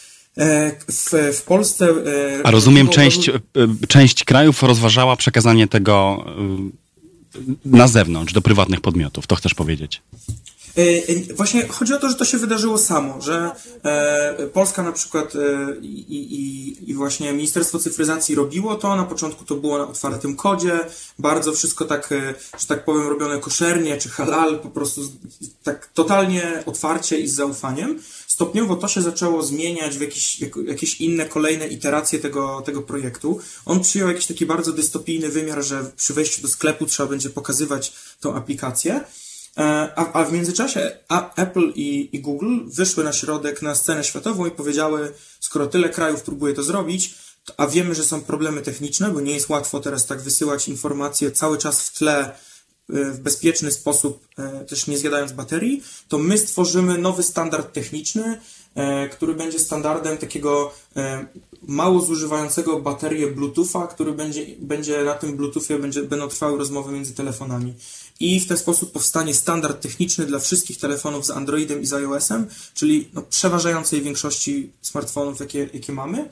W Polsce... A rozumiem, część krajów rozważała przekazanie tego na zewnątrz, do prywatnych podmiotów. To chcesz powiedzieć? Właśnie chodzi o to, że to się wydarzyło samo, że Polska na przykład i właśnie Ministerstwo Cyfryzacji robiło to, na początku to było na otwartym kodzie, bardzo wszystko tak, że tak powiem, robione koszernie, czy halal, po prostu tak totalnie otwarcie i z zaufaniem. Stopniowo to się zaczęło zmieniać w jakieś inne, kolejne iteracje tego projektu. On przyjął jakiś taki bardzo dystopijny wymiar, że przy wejściu do sklepu trzeba będzie pokazywać tą aplikację. A w międzyczasie Apple i Google wyszły na środek, na scenę światową i powiedziały, skoro tyle krajów próbuje to zrobić, a wiemy, że są problemy techniczne, bo nie jest łatwo teraz tak wysyłać informacje cały czas w tle, w bezpieczny sposób, też nie zjadając baterii, to my stworzymy nowy standard techniczny, który będzie standardem takiego mało zużywającego baterię Bluetootha, który będzie na tym Bluetoothie będą trwały rozmowy między telefonami. I w ten sposób powstanie standard techniczny dla wszystkich telefonów z Androidem i z iOS-em, czyli przeważającej większości smartfonów, jakie mamy.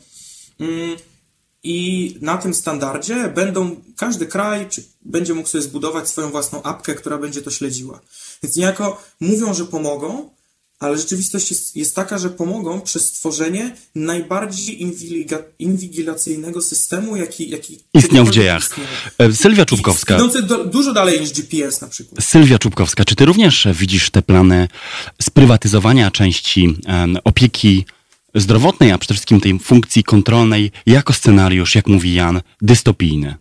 I na tym standardzie każdy kraj będzie mógł sobie zbudować swoją własną apkę, która będzie to śledziła. Więc niejako mówią, że pomogą, ale rzeczywistość jest taka, że pomogą przez stworzenie najbardziej inwigilacyjnego systemu, jaki istniał w dziejach. Sylwia Czubkowska. Idący dużo dalej niż GPS na przykład. Sylwia Czubkowska, czy ty również widzisz te plany sprywatyzowania części opieki zdrowotnej, a przede wszystkim tej funkcji kontrolnej, jako scenariusz, jak mówi Jan, dystopijny?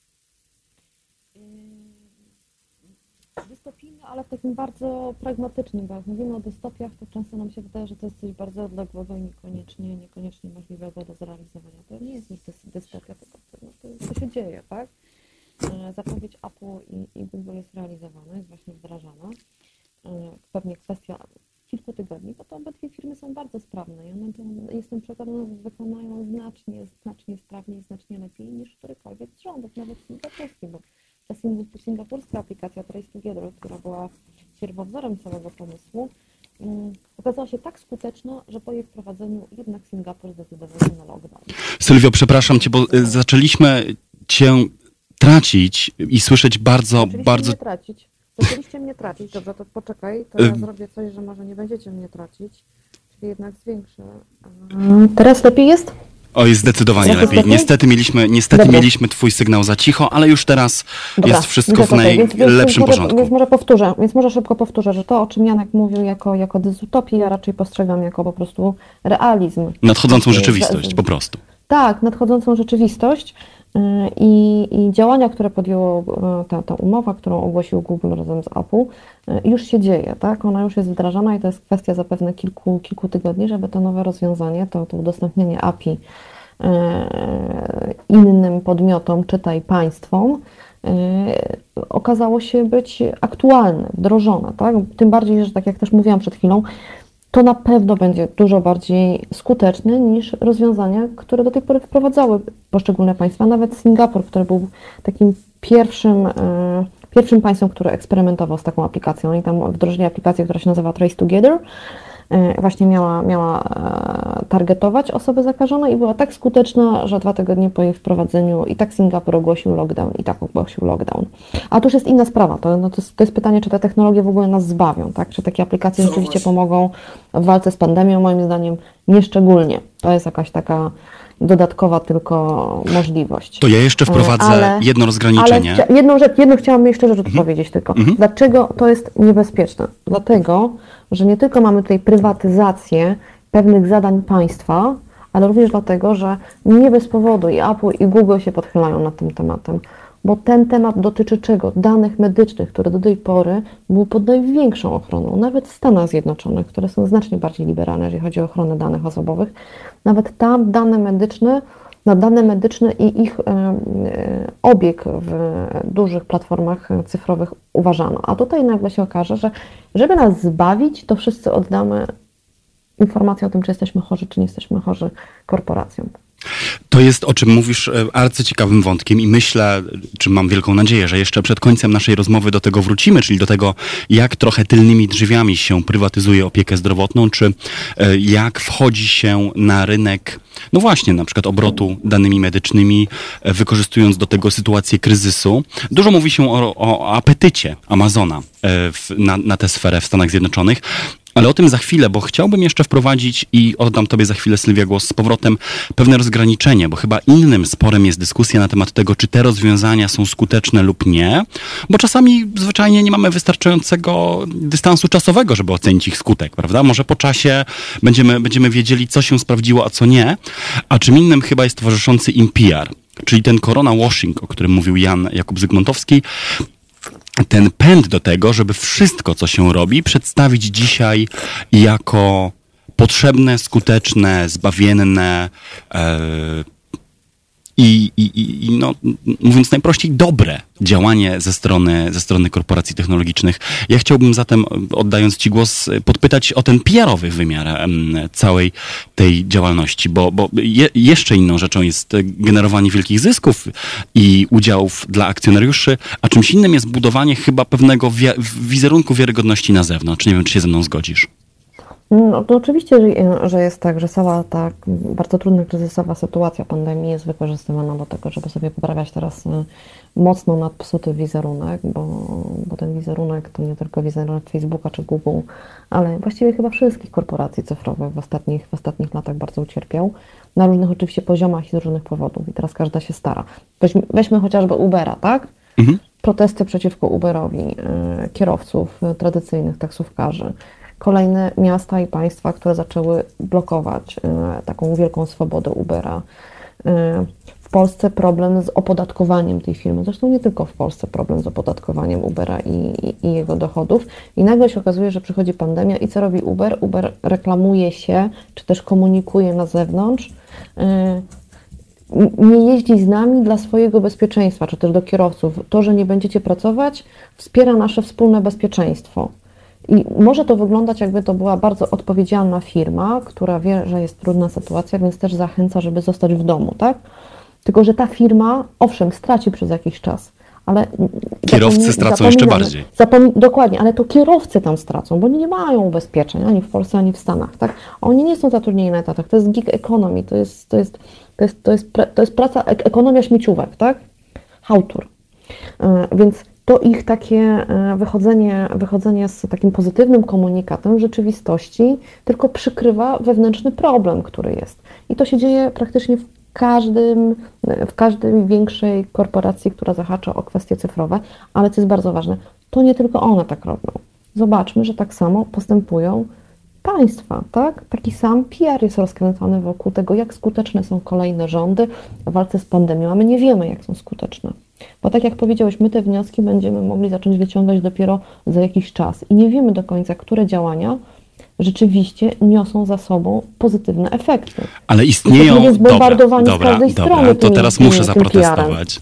Dystopijny, ale w takim bardzo pragmatycznym, bo jak mówimy o dystopiach, to często nam się wydaje, że to jest coś bardzo odległego i niekoniecznie możliwego do zrealizowania. To nie jest już dystopia, tylko to się dzieje, tak? Zapowiedź Apple i Google jest realizowana, jest właśnie wdrażana. Pewnie kwestia kilku tygodni, bo to obydwie firmy są bardzo sprawne i one to, jestem przekonana, że wykonają znacznie sprawniej, znacznie lepiej niż którykolwiek z rządów, nawet singapurski, bo ta singapurska aplikacja Trace Together, która była pierwowzorem całego pomysłu, okazała się tak skuteczna, że po jej wprowadzeniu jednak Singapur zdecydował się na lockdown. Sylwio, przepraszam cię, bo zaczęliśmy cię tracić i słyszeć bardzo... Zaczęliście mnie tracić, dobrze, to poczekaj, to ja zrobię coś, że może nie będziecie mnie tracić, czyli jednak zwiększę. Teraz lepiej jest? Oj, zdecydowanie lepiej. Niestety mieliśmy twój sygnał za cicho, ale już teraz jest wszystko w najlepszym porządku. Więc może szybko powtórzę, że to, o czym Janek mówił jako dystopię, ja raczej postrzegam jako po prostu realizm. Nadchodzącą rzeczywistość, po prostu. Tak, nadchodzącą rzeczywistość. I działania, które podjęło ta umowa, którą ogłosił Google razem z Apple, już się dzieje, tak? Ona już jest wdrażana i to jest kwestia zapewne kilku tygodni, żeby to nowe rozwiązanie, to udostępnienie API innym podmiotom, czytaj państwom, okazało się być aktualne, wdrożone, tak? Tym bardziej, że tak jak też mówiłam przed chwilą, to na pewno będzie dużo bardziej skuteczne niż rozwiązania, które do tej pory wprowadzały poszczególne państwa. Nawet Singapur, który był takim pierwszym państwem, które eksperymentował z taką aplikacją. Oni tam wdrożyli aplikację, która się nazywa Trace Together. Właśnie miała targetować osoby zakażone i była tak skuteczna, że 2 tygodnie po jej wprowadzeniu i tak Singapur ogłosił lockdown. A to już jest inna sprawa. To jest pytanie, czy te technologie w ogóle nas zbawią, tak? Czy takie aplikacje rzeczywiście pomogą w walce z pandemią? Moim zdaniem nieszczególnie. To jest jakaś taka dodatkowa tylko możliwość. To ja jeszcze wprowadzę jedno rozgraniczenie. Ale jedną chciałam jeszcze rzecz powiedzieć tylko. Dlaczego to jest niebezpieczne? Dlatego, że nie tylko mamy tutaj prywatyzację pewnych zadań państwa, ale również dlatego, że nie bez powodu i Apple i Google się podchylają nad tym tematem. Bo ten temat dotyczy czego? Danych medycznych, które do tej pory były pod największą ochroną. Nawet w Stanach Zjednoczonych, które są znacznie bardziej liberalne, jeżeli chodzi o ochronę danych osobowych, nawet tam dane medyczne i ich obieg w dużych platformach cyfrowych uważano. A tutaj nagle się okaże, że żeby nas zbawić, to wszyscy oddamy informację o tym, czy jesteśmy chorzy, czy nie jesteśmy chorzy korporacjom. To jest, o czym mówisz, arcyciekawym wątkiem i myślę, czy mam wielką nadzieję, że jeszcze przed końcem naszej rozmowy do tego wrócimy, czyli do tego, jak trochę tylnymi drzwiami się prywatyzuje opiekę zdrowotną, czy jak wchodzi się na rynek, no właśnie, na przykład obrotu danymi medycznymi, wykorzystując do tego sytuację kryzysu. Dużo mówi się o apetycie Amazona na tę sferę w Stanach Zjednoczonych. Ale o tym za chwilę, bo chciałbym jeszcze wprowadzić i oddam tobie za chwilę, Sylwia, głos z powrotem, pewne rozgraniczenie, bo chyba innym sporem jest dyskusja na temat tego, czy te rozwiązania są skuteczne lub nie, bo czasami zwyczajnie nie mamy wystarczającego dystansu czasowego, żeby ocenić ich skutek, prawda? Może po czasie będziemy wiedzieli, co się sprawdziło, a co nie, a czym innym chyba jest towarzyszący im PR, czyli ten corona washing, o którym mówił Jan Jakub Zygmuntowski, ten pęd do tego, żeby wszystko, co się robi, przedstawić dzisiaj jako potrzebne, skuteczne, zbawienne i no, mówiąc najprościej, dobre działanie ze strony korporacji technologicznych. Ja chciałbym zatem, oddając ci głos, podpytać o ten PR-owy wymiar całej tej działalności, bo jeszcze inną rzeczą jest generowanie wielkich zysków i udziałów dla akcjonariuszy, a czymś innym jest budowanie chyba pewnego wizerunku wiarygodności na zewnątrz. Nie wiem, czy się ze mną zgodzisz. No to oczywiście, że jest tak, że cała ta bardzo trudna, kryzysowa sytuacja pandemii jest wykorzystywana do tego, żeby sobie poprawiać teraz mocno nadpsuty wizerunek, bo ten wizerunek to nie tylko wizerunek Facebooka czy Google, ale właściwie chyba wszystkich korporacji cyfrowych w ostatnich latach bardzo ucierpiał, na różnych oczywiście poziomach i z różnych powodów i teraz każda się stara. Weźmy chociażby Ubera, tak? Mhm. Protesty przeciwko Uberowi, kierowców tradycyjnych, taksówkarzy. Kolejne miasta i państwa, które zaczęły blokować taką wielką swobodę Ubera. W problem z opodatkowaniem tej firmy, zresztą nie tylko w Polsce problem z opodatkowaniem Ubera i jego dochodów. I nagle się okazuje, że przychodzi pandemia i co robi Uber? Uber reklamuje się, czy też komunikuje na zewnątrz, nie jeździ z nami dla swojego bezpieczeństwa, czy też do kierowców. To, że nie będziecie pracować, wspiera nasze wspólne bezpieczeństwo. I może to wyglądać, jakby to była bardzo odpowiedzialna firma, która wie, że jest trudna sytuacja, więc też zachęca, żeby zostać w domu, tak? Tylko że ta firma, owszem, straci przez jakiś czas, ale kierowcy stracą jeszcze bardziej. Dokładnie, ale to kierowcy tam stracą, bo oni nie mają ubezpieczeń, ani w Polsce, ani w Stanach, tak? Oni nie są zatrudnieni na etatach, to jest gig economy, to jest praca, ekonomia śmieciówek, tak? Hałtur. Więc to ich takie wychodzenie z takim pozytywnym komunikatem w rzeczywistości tylko przykrywa wewnętrzny problem, który jest. I to się dzieje praktycznie w każdej większej korporacji, która zahacza o kwestie cyfrowe, ale co jest bardzo ważne, to nie tylko one tak robią. Zobaczmy, że tak samo postępują państwa, tak? Taki sam PR jest rozkręcany wokół tego, jak skuteczne są kolejne rządy w walce z pandemią, a my nie wiemy, jak są skuteczne. Bo tak jak powiedziałeś, my te wnioski będziemy mogli zacząć wyciągać dopiero za jakiś czas i nie wiemy do końca, które działania rzeczywiście niosą za sobą pozytywne efekty. Ale istnieją... Jest bombardowanie z każdej strony. To teraz muszę zaprotestować.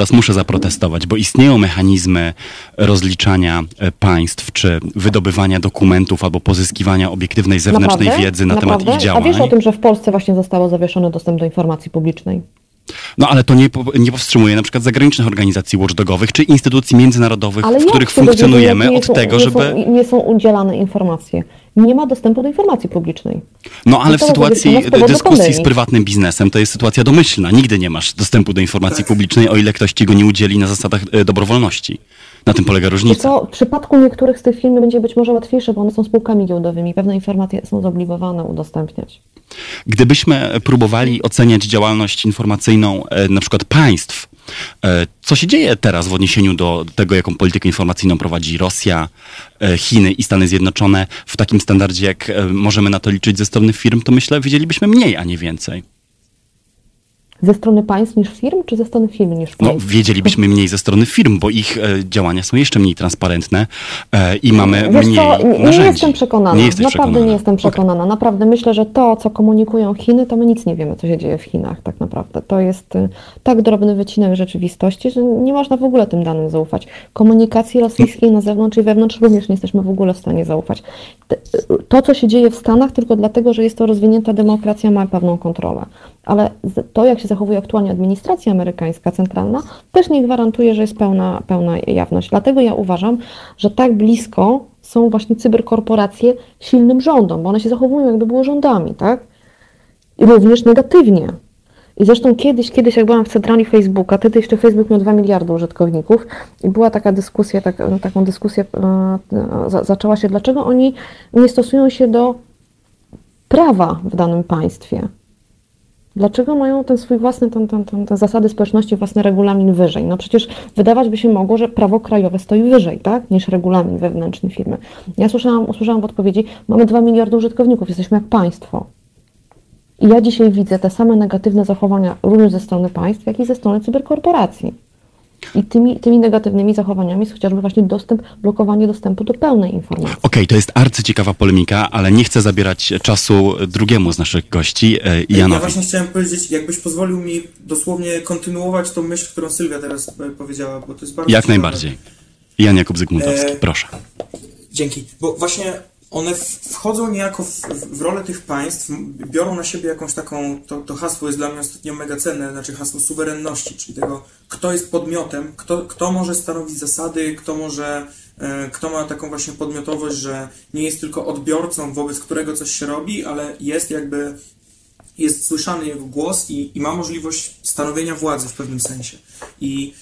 Bo istnieją mechanizmy rozliczania państw, czy wydobywania dokumentów, albo pozyskiwania obiektywnej zewnętrznej wiedzy na temat ich działań. A wiesz o tym, że w Polsce właśnie zostało zawieszony dostęp do informacji publicznej? No ale to nie powstrzymuje na przykład zagranicznych organizacji watchdogowych czy instytucji międzynarodowych, w których funkcjonujemy od tego, żeby... Nie są udzielane informacje. Nie ma dostępu do informacji publicznej. No ale w sytuacji dyskusji z prywatnym biznesem to jest sytuacja domyślna. Nigdy nie masz dostępu do informacji publicznej, o ile ktoś ci go nie udzieli na zasadach dobrowolności. Na tym polega różnica. W przypadku niektórych z tych firm będzie być może łatwiejsze, bo one są spółkami giełdowymi. Pewne informacje są zobligowane udostępniać. Gdybyśmy próbowali oceniać działalność informacyjną na przykład państw, co się dzieje teraz w odniesieniu do tego, jaką politykę informacyjną prowadzi Rosja, Chiny i Stany Zjednoczone w takim standardzie, jak możemy na to liczyć ze strony firm, to myślę, wiedzielibyśmy mniej, a nie więcej. Ze strony państw niż firm, czy ze strony firm niż państw? No, wiedzielibyśmy mniej ze strony firm, bo ich działania są jeszcze mniej transparentne i mamy mniej narzędzi. Nie jestem przekonana. Nie jestem przekonana. Okay. Naprawdę myślę, że to, co komunikują Chiny, to my nic nie wiemy, co się dzieje w Chinach tak naprawdę. To jest tak drobny wycinek rzeczywistości, że nie można w ogóle tym danym zaufać. Komunikacji rosyjskiej na zewnątrz i wewnątrz również nie jesteśmy w ogóle w stanie zaufać. To, co się dzieje w Stanach, tylko dlatego, że jest to rozwinięta demokracja, ma pewną kontrolę. Ale to, jak się zachowuje aktualnie administracja amerykańska centralna, też nie gwarantuje, że jest pełna jawność. Dlatego ja uważam, że tak blisko są właśnie cyberkorporacje silnym rządom, bo one się zachowują, jakby były rządami, tak? I również negatywnie. I zresztą kiedyś jak byłam w centrali Facebooka, wtedy jeszcze Facebook miał 2 miliardy użytkowników i była taka dyskusja, taką dyskusję zaczęła się, dlaczego oni nie stosują się do prawa w danym państwie. Dlaczego mają ten swój własny, te zasady społeczności, własny regulamin wyżej? No przecież wydawać by się mogło, że prawo krajowe stoi wyżej, tak, niż regulamin wewnętrzny firmy. Ja usłyszałam w odpowiedzi, mamy 2 miliardy użytkowników, jesteśmy jak państwo. I ja dzisiaj widzę te same negatywne zachowania również ze strony państw, jak i ze strony cyberkorporacji. I tymi negatywnymi zachowaniami jest chociażby właśnie blokowanie dostępu do pełnej informacji. Okej, to jest arcyciekawa polemika, ale nie chcę zabierać czasu drugiemu z naszych gości, Janowi. Ja właśnie chciałem powiedzieć, jakbyś pozwolił mi dosłownie kontynuować tą myśl, którą Sylwia teraz powiedziała, bo to jest bardzo Jak ciekawe. najbardziej. Jan Jakub Zygmuntowski, proszę. Dzięki, bo właśnie one wchodzą niejako w rolę tych państw, biorą na siebie jakąś taką, to hasło jest dla mnie ostatnio mega cenne, znaczy hasło suwerenności, czyli tego, kto jest podmiotem, kto może stanowić zasady, kto ma taką właśnie podmiotowość, że nie jest tylko odbiorcą, wobec którego coś się robi, ale jest słyszany jego głos i ma możliwość stanowienia władzy w pewnym sensie. I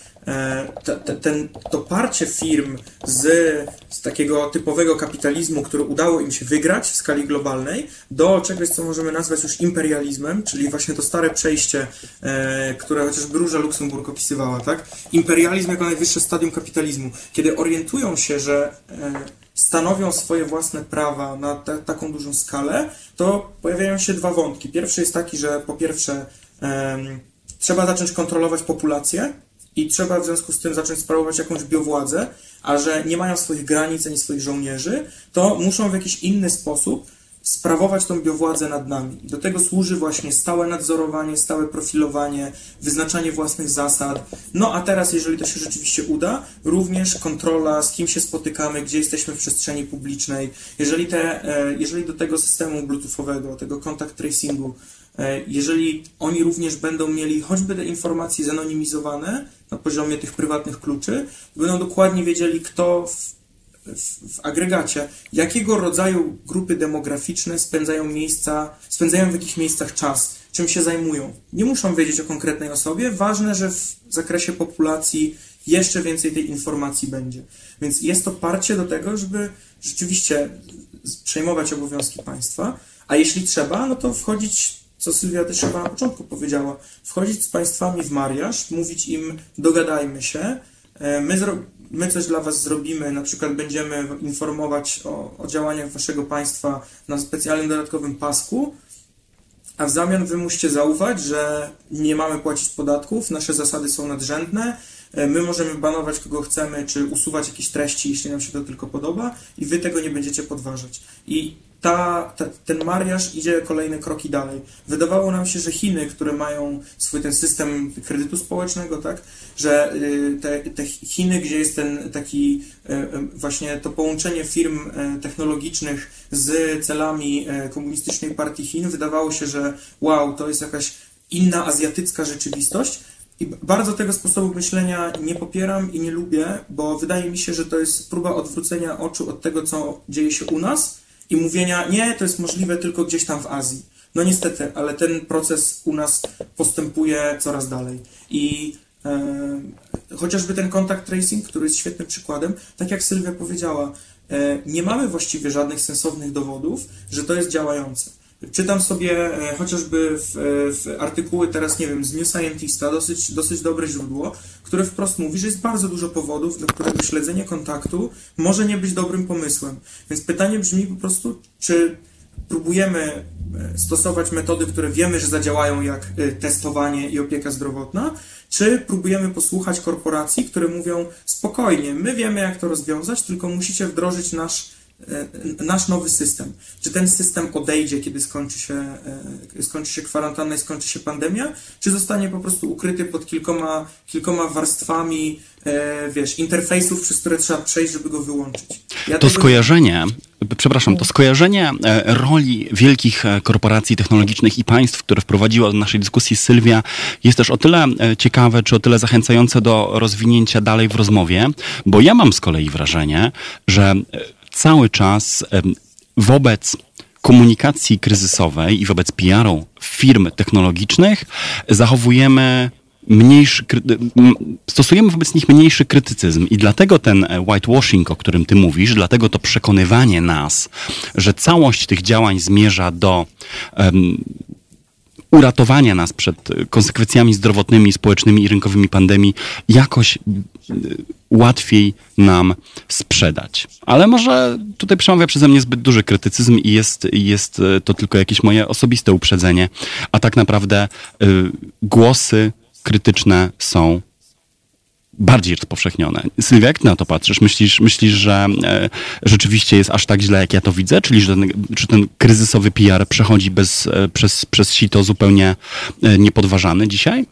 to parcie firm z takiego typowego kapitalizmu, który udało im się wygrać w skali globalnej, do czegoś, co możemy nazwać już imperializmem, czyli właśnie to stare przejście, które chociażby Róża Luksemburg opisywała, tak? Imperializm jako najwyższe stadium kapitalizmu. Kiedy orientują się, że stanowią swoje własne prawa na taką dużą skalę, to pojawiają się dwa wątki. Pierwszy jest taki, że po pierwsze trzeba zacząć kontrolować populację i trzeba w związku z tym zacząć sprawować jakąś biowładzę, a że nie mają swoich granic ani swoich żołnierzy, to muszą w jakiś inny sposób sprawować tą biowładzę nad nami. Do tego służy właśnie stałe nadzorowanie, stałe profilowanie, wyznaczanie własnych zasad. No a teraz, jeżeli to się rzeczywiście uda, również kontrola, z kim się spotykamy, gdzie jesteśmy w przestrzeni publicznej. Jeżeli do tego systemu bluetoothowego, tego contact tracingu, jeżeli oni również będą mieli choćby te informacje zanonimizowane na poziomie tych prywatnych kluczy, będą dokładnie wiedzieli, kto w agregacie, jakiego rodzaju grupy demograficzne spędzają w jakich miejscach czas, czym się zajmują. Nie muszą wiedzieć o konkretnej osobie, ważne, że w zakresie populacji jeszcze więcej tej informacji będzie. Więc jest to parcie do tego, żeby rzeczywiście przejmować obowiązki państwa, a jeśli trzeba, no to wchodzić, co Sylwia też chyba na początku powiedziała, wchodzić z państwami w mariaż, mówić im, dogadajmy się, my coś dla was zrobimy, na przykład będziemy informować o działaniach waszego państwa na specjalnym dodatkowym pasku, a w zamian wy musicie zaufać, że nie mamy płacić podatków, nasze zasady są nadrzędne, my możemy banować kogo chcemy, czy usuwać jakieś treści, jeśli nam się to tylko podoba i wy tego nie będziecie podważać. I ten mariaż idzie kolejne kroki dalej. Wydawało nam się, że Chiny, które mają swój ten system kredytu społecznego, tak, że te Chiny, gdzie jest ten taki właśnie to połączenie firm technologicznych z celami komunistycznej partii Chin, wydawało się, że wow, to jest jakaś inna azjatycka rzeczywistość. I bardzo tego sposobu myślenia nie popieram i nie lubię, bo wydaje mi się, że to jest próba odwrócenia oczu od tego, co dzieje się u nas i mówienia, nie, to jest możliwe tylko gdzieś tam w Azji. No niestety, ale ten proces u nas postępuje coraz dalej. I chociażby ten contact tracing, który jest świetnym przykładem, tak jak Sylwia powiedziała, nie mamy właściwie żadnych sensownych dowodów, że to jest działające. Czytam sobie chociażby w artykuły teraz, nie wiem, z New Scientista, dosyć dobre źródło, które wprost mówi, że jest bardzo dużo powodów, dla których śledzenie kontaktu może nie być dobrym pomysłem. Więc pytanie brzmi po prostu, czy próbujemy stosować metody, które wiemy, że zadziałają, jak testowanie i opieka zdrowotna, czy próbujemy posłuchać korporacji, które mówią, spokojnie, my wiemy, jak to rozwiązać, tylko musicie wdrożyć nasz nowy system. Czy ten system odejdzie, kiedy skończy się kwarantanna i skończy się pandemia, czy zostanie po prostu ukryty pod kilkoma warstwami, interfejsów, przez które trzeba przejść, żeby go wyłączyć. To skojarzenie roli wielkich korporacji technologicznych i państw, które wprowadziła do naszej dyskusji Sylwia, jest też o tyle ciekawe, czy o tyle zachęcające do rozwinięcia dalej w rozmowie, bo ja mam z kolei wrażenie, że cały czas wobec komunikacji kryzysowej i wobec PR-u firm technologicznych stosujemy wobec nich mniejszy krytycyzm i dlatego ten whitewashing, o którym ty mówisz, dlatego to przekonywanie nas, że całość tych działań zmierza do uratowania nas przed konsekwencjami zdrowotnymi, społecznymi i rynkowymi pandemii, jakoś łatwiej nam sprzedać. Ale może tutaj przemawia przeze mnie zbyt duży krytycyzm i jest to tylko jakieś moje osobiste uprzedzenie, a tak naprawdę głosy krytyczne są bardziej rozpowszechnione. Sylwia, jak ty na to patrzysz? Myślisz, że rzeczywiście jest aż tak źle, jak ja to widzę? Czyli że ten kryzysowy PR przechodzi przez sito zupełnie niepodważany dzisiaj?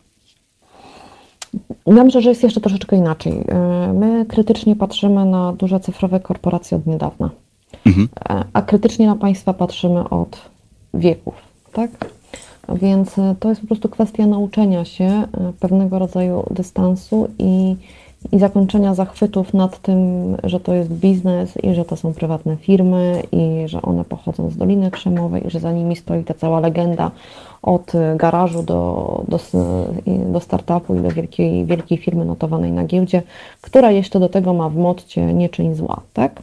Ja myślę, że jest jeszcze troszeczkę inaczej. My krytycznie patrzymy na duże cyfrowe korporacje od niedawna, a krytycznie na państwa patrzymy od wieków, tak? Więc to jest po prostu kwestia nauczenia się pewnego rodzaju dystansu i zakończenia zachwytów nad tym, że to jest biznes i że to są prywatne firmy i że one pochodzą z Doliny Krzemowej i że za nimi stoi ta cała legenda od garażu do startupu i do wielkiej firmy notowanej na giełdzie, która jeszcze do tego ma w motcie nie czyń zła, tak?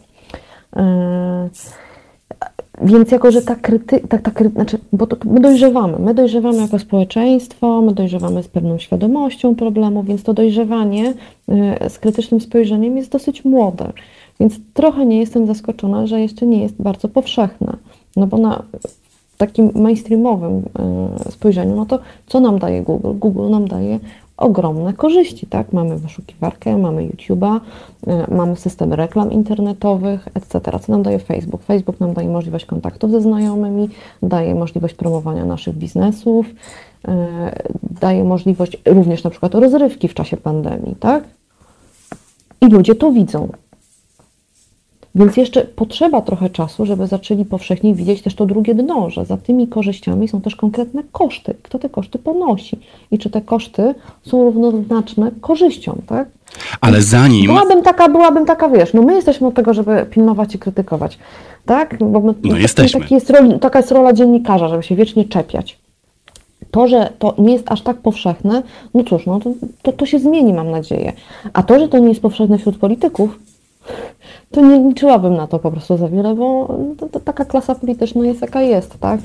Więc jako, że my dojrzewamy jako społeczeństwo, my dojrzewamy z pewną świadomością problemu, więc to dojrzewanie z krytycznym spojrzeniem jest dosyć młode. Więc trochę nie jestem zaskoczona, że jeszcze nie jest bardzo powszechne. No bo na takim mainstreamowym spojrzeniu, no to co nam daje Google? Google nam daje ogromne korzyści, tak? Mamy wyszukiwarkę, mamy YouTube'a, mamy system reklam internetowych, etc. Co nam daje Facebook? Facebook nam daje możliwość kontaktów ze znajomymi, daje możliwość promowania naszych biznesów, daje możliwość również na przykład rozrywki w czasie pandemii, tak? I ludzie to widzą. Więc jeszcze potrzeba trochę czasu, żeby zaczęli powszechnie widzieć też to drugie dno, że za tymi korzyściami są też konkretne koszty. Kto te koszty ponosi? I czy te koszty są równoznaczne korzyścią, tak? Ale zanim... Byłabym taka, wiesz, no my jesteśmy od tego, żeby pilnować i krytykować, tak? Bo my, jesteśmy. Taka jest rola dziennikarza, żeby się wiecznie czepiać. To, że to nie jest aż tak powszechne, no cóż, no to się zmieni, mam nadzieję. A to, że to nie jest powszechne wśród polityków, to nie liczyłabym na to po prostu za wiele, bo taka klasa polityczna jest jaka jest, tak?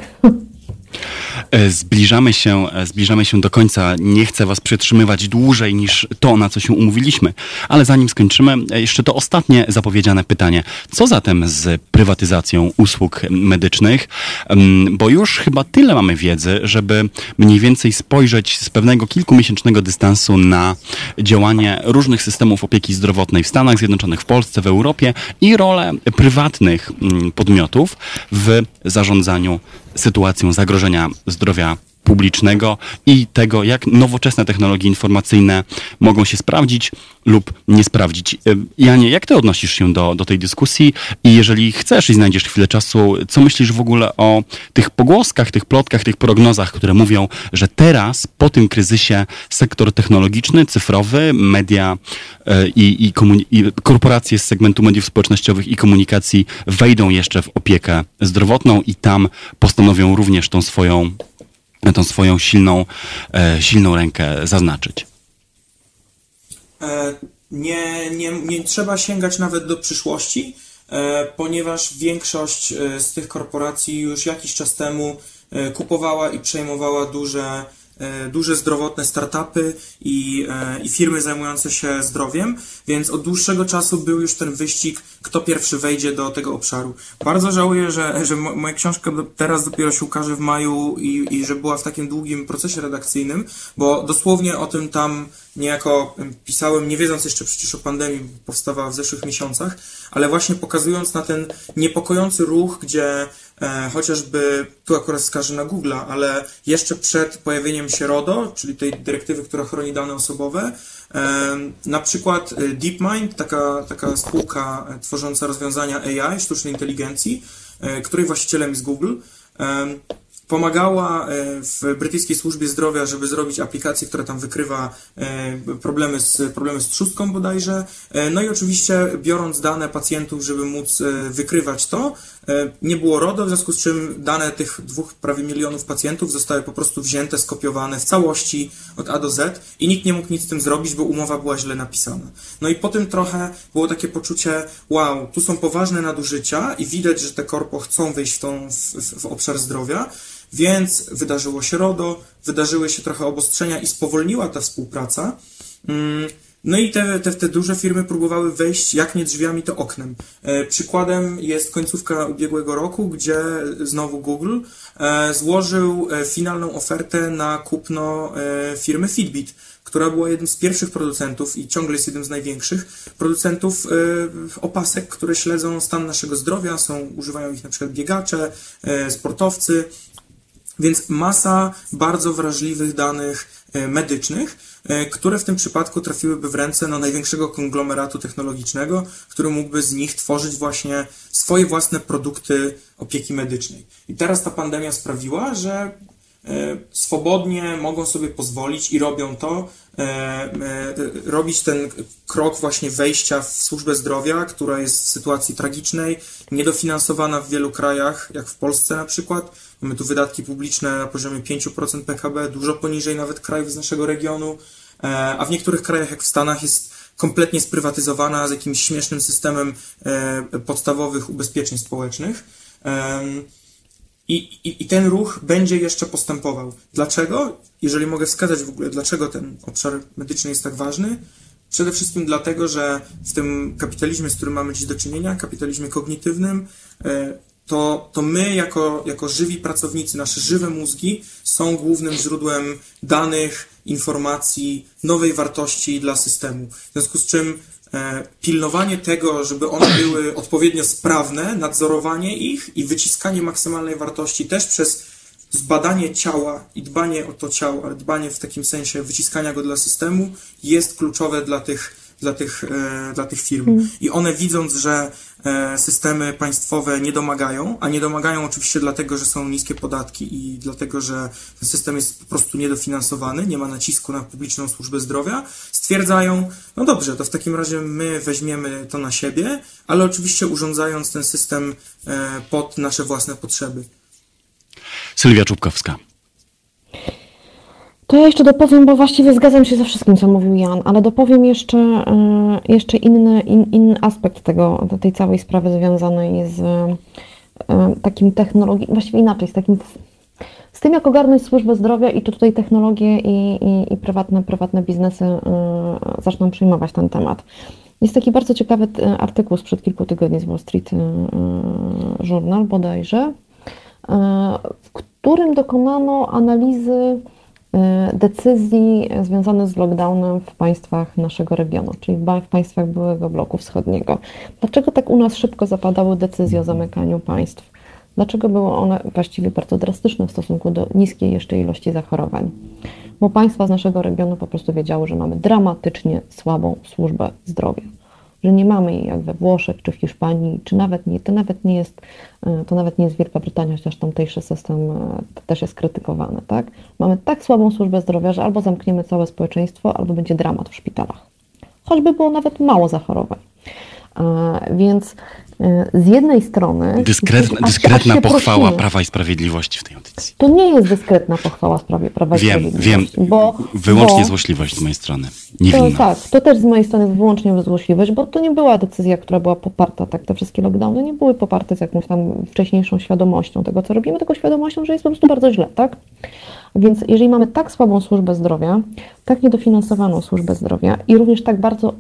Zbliżamy się do końca. Nie chcę was przytrzymywać dłużej niż to, na co się umówiliśmy. Ale zanim skończymy, jeszcze to ostatnie zapowiedziane pytanie. Co zatem z prywatyzacją usług medycznych? Bo już chyba tyle mamy wiedzy, żeby mniej więcej spojrzeć z pewnego kilkumiesięcznego dystansu na działanie różnych systemów opieki zdrowotnej w Stanach Zjednoczonych, w Polsce, w Europie i rolę prywatnych podmiotów w zarządzaniu sytuacją zagrożenia zdrowia publicznego i tego, jak nowoczesne technologie informacyjne mogą się sprawdzić lub nie sprawdzić. Janie, jak ty odnosisz się do tej dyskusji i jeżeli chcesz i znajdziesz chwilę czasu, co myślisz w ogóle o tych pogłoskach, tych plotkach, tych prognozach, które mówią, że teraz po tym kryzysie sektor technologiczny, cyfrowy, media i korporacje z segmentu mediów społecznościowych i komunikacji wejdą jeszcze w opiekę zdrowotną i tam postanowią również tą swoją silną rękę zaznaczyć. Nie trzeba sięgać nawet do przyszłości, ponieważ większość z tych korporacji już jakiś czas temu kupowała i przejmowała duże zdrowotne startupy i firmy zajmujące się zdrowiem, więc od dłuższego czasu był już ten wyścig, kto pierwszy wejdzie do tego obszaru. Bardzo żałuję, że moja książka teraz dopiero się ukaże w maju i że była w takim długim procesie redakcyjnym, bo dosłownie o tym tam niejako pisałem, nie wiedząc jeszcze przecież o pandemii, powstawała w zeszłych miesiącach, ale właśnie pokazując na ten niepokojący ruch, gdzie chociażby, tu akurat wskażę na Google'a, ale jeszcze przed pojawieniem się RODO, czyli tej dyrektywy, która chroni dane osobowe, na przykład DeepMind, taka spółka tworząca rozwiązania AI, sztucznej inteligencji, której właścicielem jest Google, pomagała w brytyjskiej służbie zdrowia, żeby zrobić aplikację, która tam wykrywa problemy z trzustką bodajże. No i oczywiście biorąc dane pacjentów, żeby móc wykrywać to, nie było RODO, w związku z czym dane tych 2 prawie milionów pacjentów zostały po prostu wzięte, skopiowane w całości od A do Z i nikt nie mógł nic z tym zrobić, bo umowa była źle napisana. No i po tym trochę było takie poczucie, wow, tu są poważne nadużycia i widać, że te korpo chcą wejść w obszar zdrowia, więc wydarzyło się RODO, wydarzyły się trochę obostrzenia i spowolniła ta współpraca. No i te duże firmy próbowały wejść jak nie drzwiami, to oknem. Przykładem jest końcówka ubiegłego roku, gdzie znowu Google złożył finalną ofertę na kupno firmy Fitbit, która była jednym z pierwszych producentów i ciągle jest jednym z największych producentów opasek, które śledzą stan naszego zdrowia, używają ich na przykład biegacze, sportowcy, więc masa bardzo wrażliwych danych medycznych, które w tym przypadku trafiłyby w ręce największego konglomeratu technologicznego, który mógłby z nich tworzyć właśnie swoje własne produkty opieki medycznej. I teraz ta pandemia sprawiła, że swobodnie mogą sobie pozwolić i robią to, robić ten krok właśnie wejścia w służbę zdrowia, która jest w sytuacji tragicznej, niedofinansowana w wielu krajach, jak w Polsce na przykład. Mamy tu wydatki publiczne na poziomie 5% PKB, dużo poniżej nawet krajów z naszego regionu, a w niektórych krajach, jak w Stanach, jest kompletnie sprywatyzowana z jakimś śmiesznym systemem podstawowych ubezpieczeń społecznych. I ten ruch będzie jeszcze postępował. Dlaczego? Jeżeli mogę wskazać w ogóle, dlaczego ten obszar medyczny jest tak ważny? Przede wszystkim dlatego, że w tym kapitalizmie, z którym mamy dziś do czynienia, kapitalizmie kognitywnym, to my jako żywi pracownicy, nasze żywe mózgi są głównym źródłem danych, informacji, nowej wartości dla systemu. W związku z czym pilnowanie tego, żeby one były odpowiednio sprawne, nadzorowanie ich i wyciskanie maksymalnej wartości też przez zbadanie ciała i dbanie o to ciało, ale dbanie w takim sensie wyciskania go dla systemu jest kluczowe dla tych firm. I one, widząc, że systemy państwowe nie domagają, a nie domagają oczywiście dlatego, że są niskie podatki i dlatego, że ten system jest po prostu niedofinansowany, nie ma nacisku na publiczną służbę zdrowia, stwierdzają, no dobrze, to w takim razie my weźmiemy to na siebie, ale oczywiście urządzając ten system pod nasze własne potrzeby. Sylwia Czubkowska. To ja jeszcze dopowiem, bo właściwie zgadzam się ze wszystkim, co mówił Jan, ale dopowiem jeszcze inny aspekt tej całej sprawy związanej z takim technologią, właściwie inaczej, z tym, jak ogarnąć służbę zdrowia i czy tutaj technologie i prywatne biznesy zaczną przyjmować ten temat. Jest taki bardzo ciekawy artykuł sprzed kilku tygodni z Wall Street Journal bodajże, w którym dokonano analizy decyzji związanych z lockdownem w państwach naszego regionu, czyli w państwach byłego bloku wschodniego. Dlaczego tak u nas szybko zapadały decyzje o zamykaniu państw? Dlaczego były one właściwie bardzo drastyczne w stosunku do niskiej jeszcze ilości zachorowań? Bo państwa z naszego regionu po prostu wiedziały, że mamy dramatycznie słabą służbę zdrowia. Że nie mamy jej jak we Włoszech, czy w Hiszpanii, czy to nawet nie jest Wielka Brytania, chociaż tamtejszy system też jest krytykowany, tak? Mamy tak słabą służbę zdrowia, że albo zamkniemy całe społeczeństwo, albo będzie dramat w szpitalach. Choćby było nawet mało zachorowań. Więc z jednej strony... Dyskretna pochwała Prawa i Sprawiedliwości w tej audycji. To nie jest dyskretna pochwała Prawa i Sprawiedliwości. Wiem. Wyłącznie złośliwość z mojej strony. Niewinna. Tak, to też z mojej strony wyłącznie złośliwość, bo to nie była decyzja, która była poparta, tak, te wszystkie lockdowny nie były poparte z jakąś tam wcześniejszą świadomością tego, co robimy, tylko świadomością, że jest po prostu bardzo źle, tak? Więc jeżeli mamy tak słabą służbę zdrowia, tak niedofinansowaną służbę zdrowia i również tak bardzo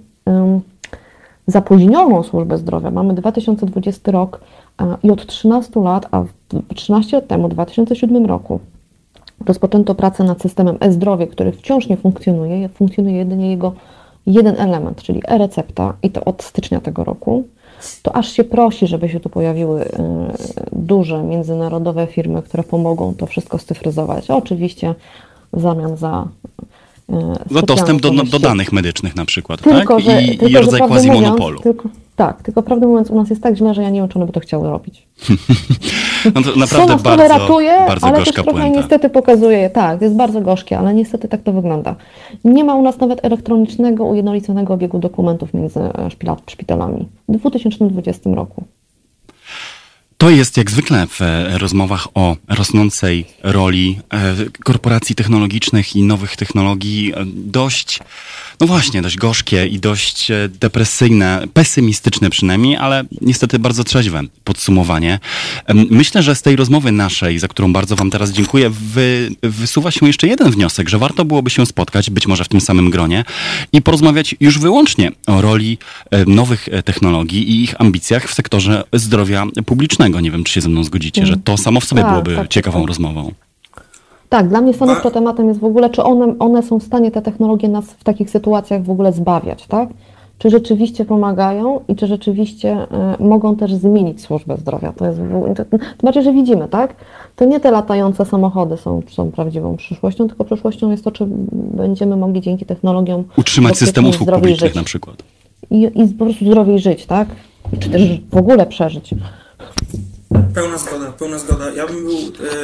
zapóźnioną służbę zdrowia, mamy 2020 rok i od 13 lat, a 13 lat temu, w 2007 roku, rozpoczęto pracę nad systemem e-zdrowie, który wciąż nie funkcjonuje. Funkcjonuje jedynie jego jeden element, czyli e-recepta i to od stycznia tego roku. To aż się prosi, żeby się tu pojawiły duże międzynarodowe firmy, które pomogą to wszystko scyfryzować. Oczywiście w zamian za dostęp do danych medycznych na przykład, tylko, tak? Że, I tylko, rodzaj quasi-monopolu. Tylko prawdę mówiąc, u nas jest tak źle, że ja nie wiem, czy one by to chciały robić. No to naprawdę nas trochę ratuje, bardzo ale gorzka też trochę puenta. niestety pokazuje, tak, jest bardzo gorzkie, ale niestety tak to wygląda. Nie ma u nas nawet elektronicznego, ujednoliconego obiegu dokumentów między szpitalami w 2020 roku. To jest jak zwykle w rozmowach o rosnącej roli korporacji technologicznych i nowych technologii dość gorzkie i dość depresyjne, pesymistyczne przynajmniej, ale niestety bardzo trzeźwe podsumowanie. Myślę, że z tej rozmowy naszej, za którą bardzo Wam teraz dziękuję, wysuwa się jeszcze jeden wniosek, że warto byłoby się spotkać, być może w tym samym gronie i porozmawiać już wyłącznie o roli nowych technologii i ich ambicjach w sektorze zdrowia publicznego. Nie wiem, czy się ze mną zgodzicie, że to samo w sobie byłoby ciekawą rozmową. Tak, dla mnie stanowczo tematem jest w ogóle, czy one są w stanie, te technologie, nas w takich sytuacjach w ogóle zbawiać, tak? Czy rzeczywiście pomagają i czy rzeczywiście mogą też zmienić służbę zdrowia. To jest to znaczy, że widzimy, tak? To nie te latające samochody są prawdziwą przyszłością, tylko przyszłością jest to, czy będziemy mogli dzięki technologiom utrzymać system usług publicznych na przykład. I po prostu zdrowiej żyć, tak? Czy też w ogóle przeżyć. Pełna zgoda. Ja bym był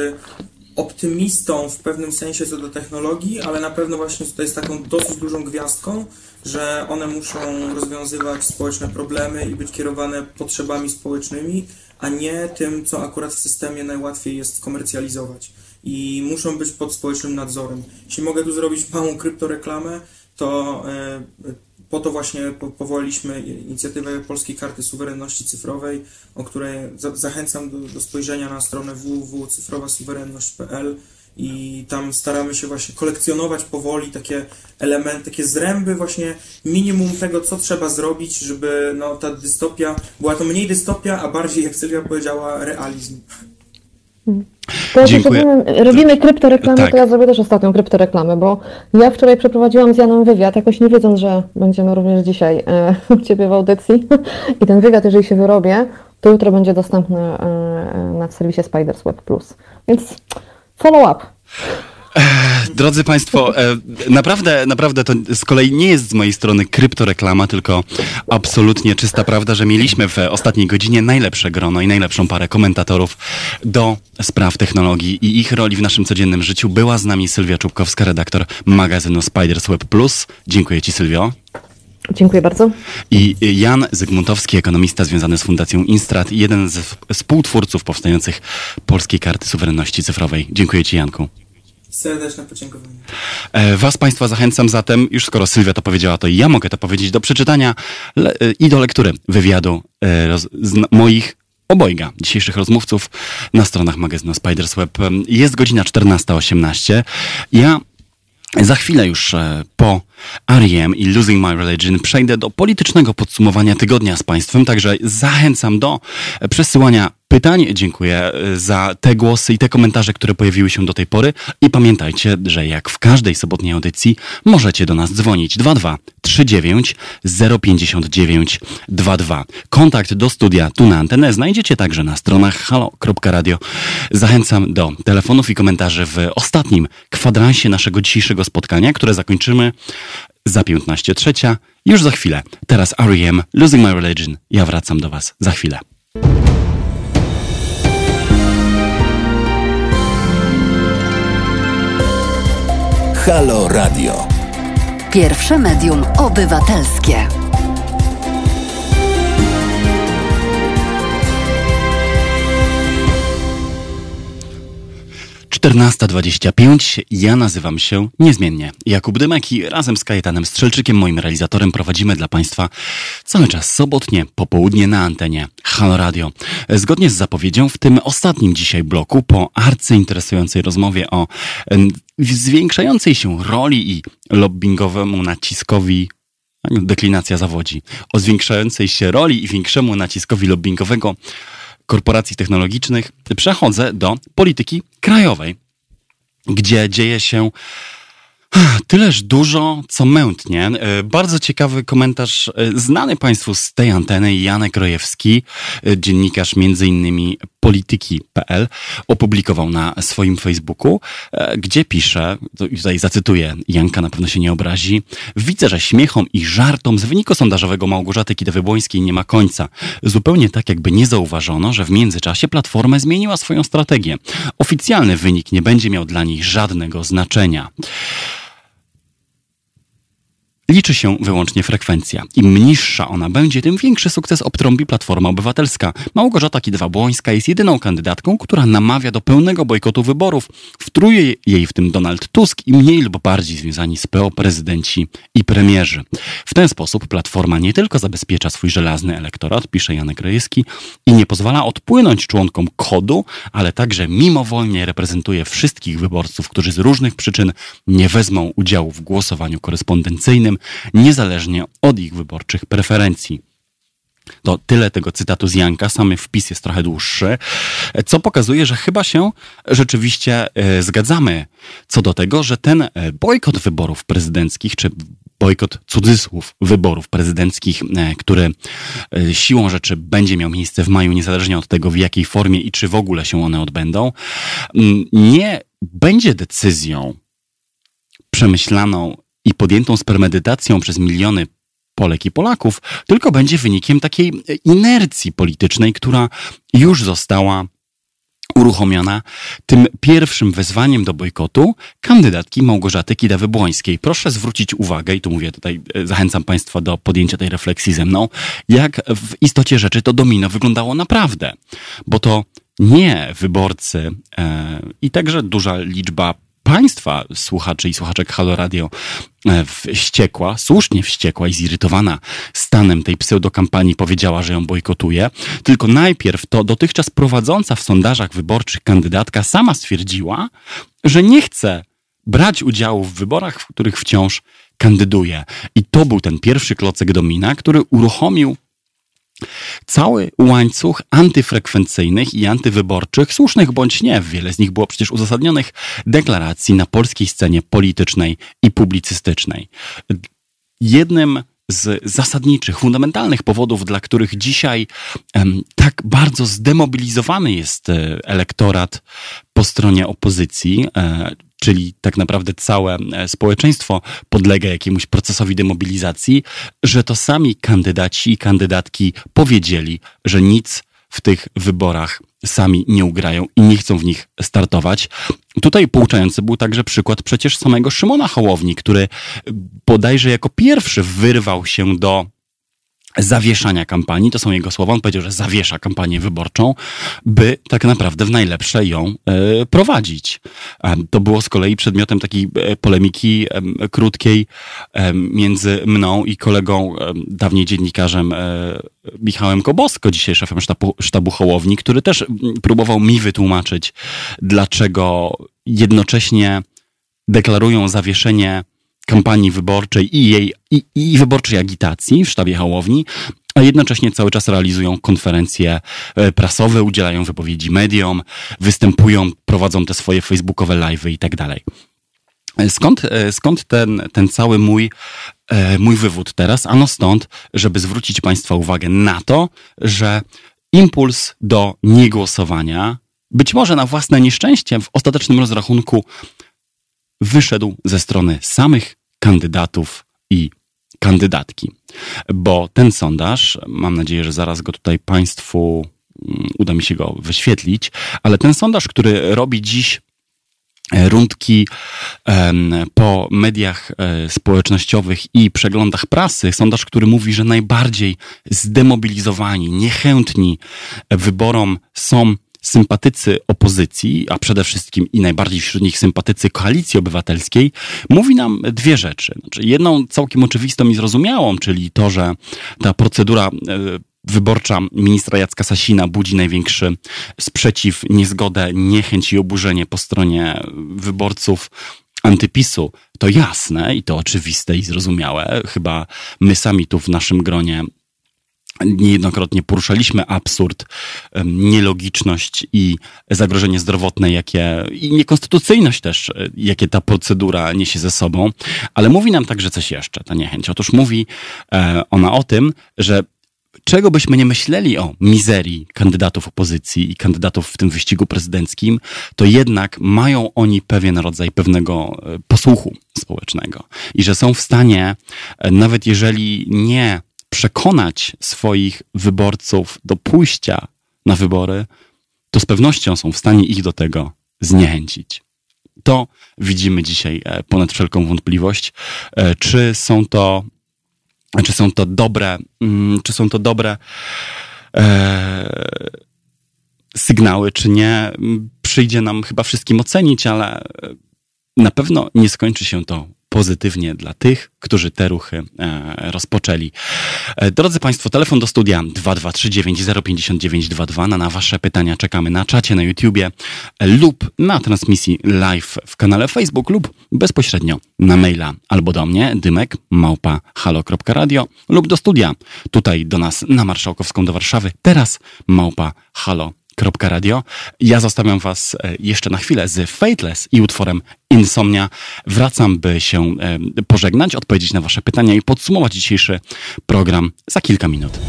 optymistą w pewnym sensie co do technologii, ale na pewno właśnie tutaj jest taką dosyć dużą gwiazdką, że one muszą rozwiązywać społeczne problemy i być kierowane potrzebami społecznymi, a nie tym, co akurat w systemie najłatwiej jest komercjalizować. I muszą być pod społecznym nadzorem. Jeśli mogę tu zrobić małą kryptoreklamę, to po to właśnie powołaliśmy inicjatywę Polskiej Karty Suwerenności Cyfrowej, o której zachęcam do spojrzenia na stronę www.cyfrowasuwerenność.pl i tam staramy się właśnie kolekcjonować powoli takie elementy, takie zręby właśnie minimum tego, co trzeba zrobić, żeby ta dystopia była to mniej dystopia, a bardziej, jak Sylwia powiedziała, realizm. To robimy kryptoreklamę, tak. To ja zrobię też ostatnią kryptoreklamę, bo ja wczoraj przeprowadziłam z Janem wywiad, jakoś nie wiedząc, że będziemy również dzisiaj u Ciebie w audycji i ten wywiad, jeżeli się wyrobię, to jutro będzie dostępny w serwisie Spiders Web Plus, więc follow up. Drodzy Państwo, naprawdę to z kolei nie jest z mojej strony kryptoreklama, tylko absolutnie czysta prawda, że mieliśmy w ostatniej godzinie najlepsze grono i najlepszą parę komentatorów do spraw technologii i ich roli w naszym codziennym życiu. Była z nami Sylwia Czubkowska, redaktor magazynu Spiders Web Plus. Dziękuję Ci, Sylwio. Dziękuję bardzo. I Jan Zygmuntowski, ekonomista związany z Fundacją Instrat i jeden ze współtwórców powstających Polskiej Karty Suwerenności Cyfrowej. Dziękuję Ci, Janku. Serdeczne podziękowanie. Was Państwa zachęcam zatem, już skoro Sylwia to powiedziała, to ja mogę to powiedzieć, do przeczytania i do lektury wywiadu moich obojga dzisiejszych rozmówców na stronach magazynu Spiders Web. Jest godzina 14:18. Ja za chwilę już po R.E.M. i Losing My Religion przejdę do politycznego podsumowania tygodnia z Państwem, także zachęcam do przesyłania pytań. Dziękuję za te głosy i te komentarze, które pojawiły się do tej pory. I pamiętajcie, że jak w każdej sobotniej audycji możecie do nas dzwonić 22 39 059 22. Kontakt do studia tu na antenę znajdziecie także na stronach halo.radio. Zachęcam do telefonów i komentarzy w ostatnim kwadransie naszego dzisiejszego spotkania, które zakończymy za 15:03. Już za chwilę. Teraz R.E.M. Losing My Religion. Ja wracam do Was za chwilę. Halo Radio. Pierwsze medium obywatelskie. Czternasta 25. Ja nazywam się niezmiennie Jakub Dymek i razem z Kajetanem Strzelczykiem, moim realizatorem, prowadzimy dla Państwa cały czas sobotnie popołudnie na antenie Halo Radio. Zgodnie z zapowiedzią w tym ostatnim dzisiaj bloku, po arcyinteresującej rozmowie o zwiększającej się roli i lobbingowemu naciskowi, deklinacja zawodzi, o zwiększającej się roli i większemu naciskowi lobbingowego korporacji technologicznych, przechodzę do polityki krajowej, gdzie dzieje się Tyleż dużo, co mętnie. Bardzo ciekawy komentarz, znany Państwu z tej anteny, Janek Rojewski, dziennikarz m.in. Polityki.pl, opublikował na swoim Facebooku, gdzie pisze, tutaj zacytuję, Janka na pewno się nie obrazi: widzę, że śmiechom i żartom z wyniku sondażowego Małgorzaty Kidawy-Błońskiej nie ma końca. Zupełnie tak, jakby nie zauważono, że w międzyczasie Platforma zmieniła swoją strategię. Oficjalny wynik nie będzie miał dla niej żadnego znaczenia. Liczy się wyłącznie frekwencja. Im niższa ona będzie, tym większy sukces obtrąbi Platforma Obywatelska. Małgorzata Kidawa-Błońska jest jedyną kandydatką, która namawia do pełnego bojkotu wyborów. Wtruje jej w tym Donald Tusk i mniej lub bardziej związani z PO prezydenci i premierzy. W ten sposób Platforma nie tylko zabezpiecza swój żelazny elektorat, pisze Janek Rojewski, i nie pozwala odpłynąć członkom KOD-u, ale także mimowolnie reprezentuje wszystkich wyborców, którzy z różnych przyczyn nie wezmą udziału w głosowaniu korespondencyjnym, niezależnie od ich wyborczych preferencji. To tyle tego cytatu z Janka, sam wpis jest trochę dłuższy, co pokazuje, że chyba się rzeczywiście zgadzamy co do tego, że ten bojkot wyborów prezydenckich, czy bojkot cudzysłów wyborów prezydenckich, który siłą rzeczy będzie miał miejsce w maju, niezależnie od tego, w jakiej formie i czy w ogóle się one odbędą, nie będzie decyzją przemyślaną i podjętą z premedytacją przez miliony Polek i Polaków, tylko będzie wynikiem takiej inercji politycznej, która już została uruchomiona tym pierwszym wezwaniem do bojkotu kandydatki Małgorzaty Kidawy-Błońskiej. Proszę zwrócić uwagę, i tu mówię tutaj, zachęcam Państwa do podjęcia tej refleksji ze mną, jak w istocie rzeczy to domino wyglądało naprawdę. Bo to nie wyborcy i także duża liczba Państwa, słuchaczy i słuchaczek Halo Radio, wściekła, słusznie wściekła i zirytowana stanem tej pseudokampanii powiedziała, że ją bojkotuje, tylko najpierw to dotychczas prowadząca w sondażach wyborczych kandydatka sama stwierdziła, że nie chce brać udziału w wyborach, w których wciąż kandyduje. I to był ten pierwszy klocek domina, który uruchomił cały łańcuch antyfrekwencyjnych i antywyborczych, słusznych bądź nie, wiele z nich było przecież uzasadnionych, deklaracji na polskiej scenie politycznej i publicystycznej. Jednym z zasadniczych, fundamentalnych powodów, dla których dzisiaj tak bardzo zdemobilizowany jest elektorat po stronie opozycji, czyli tak naprawdę całe społeczeństwo podlega jakiemuś procesowi demobilizacji, że to sami kandydaci i kandydatki powiedzieli, że nic w tych wyborach sami nie ugrają i nie chcą w nich startować. Tutaj pouczający był także przykład przecież samego Szymona Hołowni, który bodajże jako pierwszy wyrwał się do zawieszania kampanii, to są jego słowa, on powiedział, że zawiesza kampanię wyborczą, by tak naprawdę w najlepsze ją prowadzić. To było z kolei przedmiotem takiej polemiki krótkiej między mną i kolegą, dawniej dziennikarzem Michałem Kobosko, dzisiaj szefem sztabu Hołowni, który też próbował mi wytłumaczyć, dlaczego jednocześnie deklarują zawieszenie kampanii wyborczej i wyborczej agitacji w sztabie Hołowni, a jednocześnie cały czas realizują konferencje prasowe, udzielają wypowiedzi mediom, występują, prowadzą te swoje facebookowe live'y i tak dalej. Skąd ten cały mój wywód teraz? Ano stąd, żeby zwrócić Państwa uwagę na to, że impuls do niegłosowania, być może na własne nieszczęście, w ostatecznym rozrachunku wyszedł ze strony samych kandydatów i kandydatki. Bo ten sondaż, mam nadzieję, że zaraz go tutaj Państwu uda mi się go wyświetlić, ale ten sondaż, który robi dziś rundki po mediach społecznościowych i przeglądach prasy, sondaż, który mówi, że najbardziej zdemobilizowani, niechętni wyborom są sympatycy opozycji, a przede wszystkim i najbardziej wśród nich sympatycy Koalicji Obywatelskiej, mówi nam dwie rzeczy. Znaczy, jedną całkiem oczywistą i zrozumiałą, czyli to, że ta procedura wyborcza ministra Jacka Sasina budzi największy sprzeciw, niezgodę, niechęć i oburzenie po stronie wyborców antypisu. To jasne i to oczywiste i zrozumiałe. Chyba my sami tu w naszym gronie Niejednokrotnie poruszaliśmy absurd, nielogiczność i zagrożenie zdrowotne, i niekonstytucyjność też, jakie ta procedura niesie ze sobą. Ale mówi nam także coś jeszcze, ta niechęć. Otóż mówi ona o tym, że czego byśmy nie myśleli o mizerii kandydatów opozycji i kandydatów w tym wyścigu prezydenckim, to jednak mają oni pewien rodzaj pewnego posłuchu społecznego. I że są w stanie, nawet jeżeli nie przekonać swoich wyborców do pójścia na wybory, to z pewnością są w stanie ich do tego zniechęcić. To widzimy dzisiaj ponad wszelką wątpliwość. Czy są to dobre sygnały, czy nie, przyjdzie nam chyba wszystkim ocenić, ale na pewno nie skończy się to pozytywnie dla tych, którzy te ruchy rozpoczęli. Drodzy Państwo, telefon do studia 2239 059 22. Na wasze pytania czekamy na czacie na YouTubie lub na transmisji live w kanale Facebook lub bezpośrednio na maila albo do mnie dymek@halo.radio lub do studia tutaj do nas na Marszałkowską do Warszawy teraz @halo.radio. Ja zostawiam was jeszcze na chwilę z Fateless i utworem Insomnia. Wracam, by się pożegnać, odpowiedzieć na wasze pytania i podsumować dzisiejszy program za kilka minut.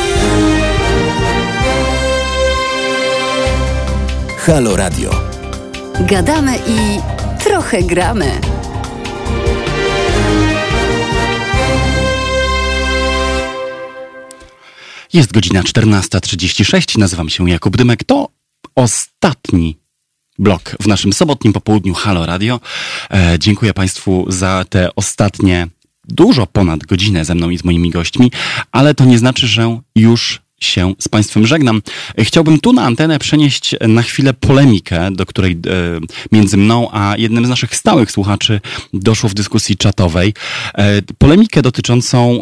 Halo Radio. Gadamy i trochę gramy. Jest godzina 14:36, nazywam się Jakub Dymek. To ostatni blok w naszym sobotnim popołudniu Halo Radio. Dziękuję Państwu za te ostatnie dużo ponad godzinę ze mną i z moimi gośćmi, ale to nie znaczy, że już się z Państwem żegnam. Chciałbym tu na antenę przenieść na chwilę polemikę, do której między mną a jednym z naszych stałych słuchaczy doszło w dyskusji czatowej. Polemikę dotyczącą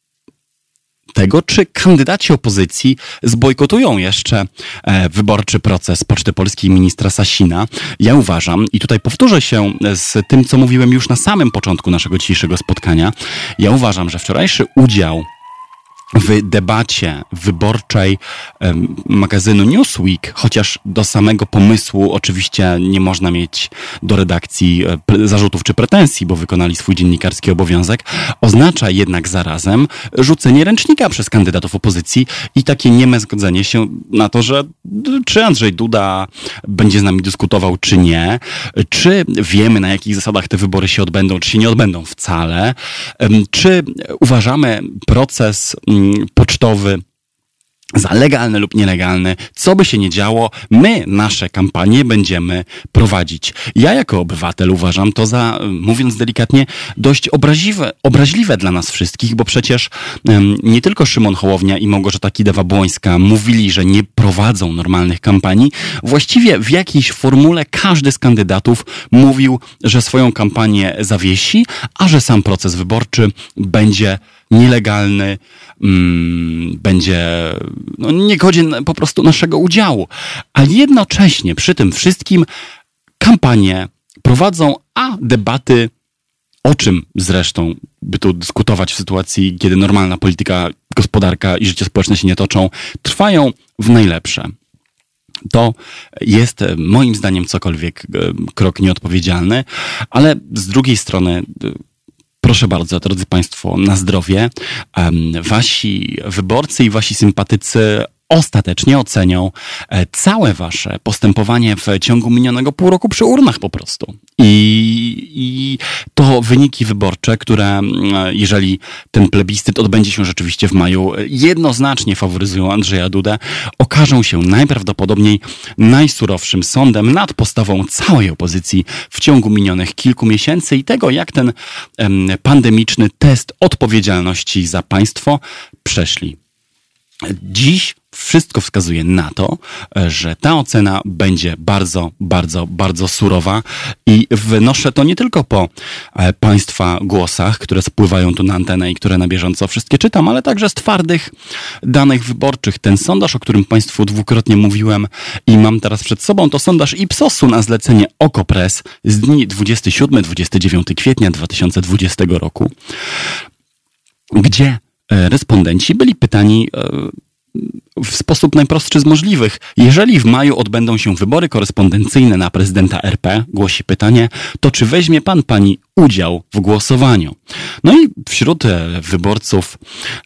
tego, czy kandydaci opozycji zbojkotują jeszcze wyborczy proces Poczty Polskiej ministra Sasina. Ja uważam, i tutaj powtórzę się z tym, co mówiłem już na samym początku naszego dzisiejszego spotkania, ja uważam, że wczorajszy udział w debacie wyborczej magazynu Newsweek, chociaż do samego pomysłu oczywiście nie można mieć do redakcji zarzutów czy pretensji, bo wykonali swój dziennikarski obowiązek, oznacza jednak zarazem rzucenie ręcznika przez kandydatów opozycji i takie nieme zgodzenie się na to, że czy Andrzej Duda będzie z nami dyskutował, czy nie, czy wiemy, na jakich zasadach te wybory się odbędą, czy się nie odbędą wcale, czy uważamy proces pocztowy za legalny lub nielegalny, co by się nie działo, my nasze kampanie będziemy prowadzić. Ja jako obywatel uważam to za, mówiąc delikatnie, dość obraźliwe dla nas wszystkich, bo przecież nie tylko Szymon Hołownia i Małgorzata Kidawa-Błońska mówili, że nie prowadzą normalnych kampanii. Właściwie w jakiejś formule każdy z kandydatów mówił, że swoją kampanię zawiesi, a że sam proces wyborczy będzie nielegalny, będzie niegodzien po prostu naszego udziału. A jednocześnie przy tym wszystkim kampanie prowadzą, a debaty, o czym zresztą by tu dyskutować w sytuacji, kiedy normalna polityka, gospodarka i życie społeczne się nie toczą, trwają w najlepsze. To jest moim zdaniem cokolwiek krok nieodpowiedzialny, ale z drugiej strony proszę bardzo, drodzy Państwo, na zdrowie. Wasi wyborcy i wasi sympatycy ostatecznie ocenią całe wasze postępowanie w ciągu minionego pół roku przy urnach po prostu. I to wyniki wyborcze, które jeżeli ten plebiscyt odbędzie się rzeczywiście w maju, jednoznacznie faworyzują Andrzeja Dudę, okażą się najprawdopodobniej najsurowszym sądem nad postawą całej opozycji w ciągu minionych kilku miesięcy i tego, jak ten pandemiczny test odpowiedzialności za państwo przeszli. Dziś wszystko wskazuje na to, że ta ocena będzie bardzo, bardzo, bardzo surowa i wynoszę to nie tylko po Państwa głosach, które spływają tu na antenę i które na bieżąco wszystkie czytam, ale także z twardych danych wyborczych. Ten sondaż, o którym Państwu dwukrotnie mówiłem i mam teraz przed sobą, to sondaż Ipsosu na zlecenie Okopres z dni 27-29 kwietnia 2020 roku, gdzie respondenci byli pytani w sposób najprostszy z możliwych. Jeżeli w maju odbędą się wybory korespondencyjne na prezydenta RP, głosi pytanie, to czy weźmie pani udział w głosowaniu? No i wśród wyborców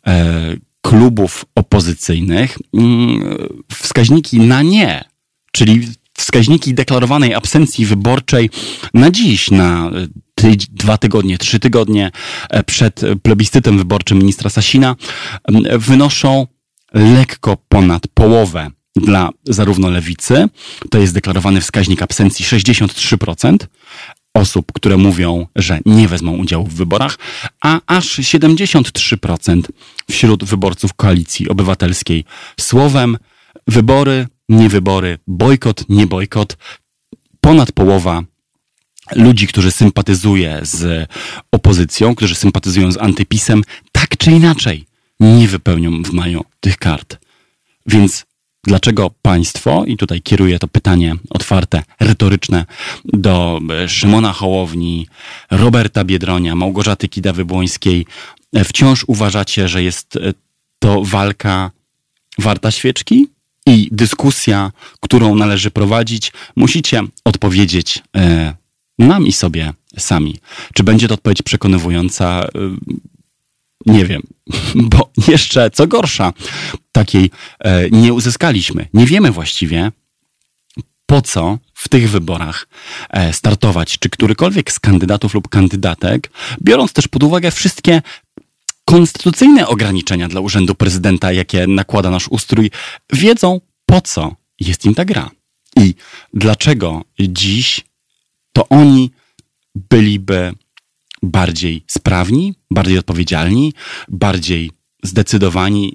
klubów opozycyjnych wskaźniki na nie, czyli wskaźniki deklarowanej absencji wyborczej na dziś, na 2 tygodnie, 3 tygodnie przed plebiscytem wyborczym ministra Sasina wynoszą lekko ponad połowę dla zarówno lewicy, to jest deklarowany wskaźnik absencji 63% osób, które mówią, że nie wezmą udziału w wyborach, a aż 73% wśród wyborców Koalicji Obywatelskiej. Słowem, wybory, nie wybory, bojkot, nie bojkot, ponad połowa ludzi, którzy sympatyzuje z opozycją, którzy sympatyzują z antypisem, tak czy inaczej nie wypełnią w maju tych kart. Więc dlaczego państwo, i tutaj kieruję to pytanie otwarte, retoryczne do Szymona Hołowni, Roberta Biedronia, Małgorzaty Kidawy-Błońskiej, wciąż uważacie, że jest to walka warta świeczki i dyskusja, którą należy prowadzić? Musicie odpowiedzieć nam i sobie sami. Czy będzie to odpowiedź przekonywująca? Nie wiem, bo jeszcze, co gorsza, takiej nie uzyskaliśmy. Nie wiemy właściwie, po co w tych wyborach startować. Czy którykolwiek z kandydatów lub kandydatek, biorąc też pod uwagę wszystkie konstytucyjne ograniczenia dla urzędu prezydenta, jakie nakłada nasz ustrój, wiedzą, po co jest im ta gra. I dlaczego dziś to oni byliby bardziej sprawni, bardziej odpowiedzialni, bardziej zdecydowani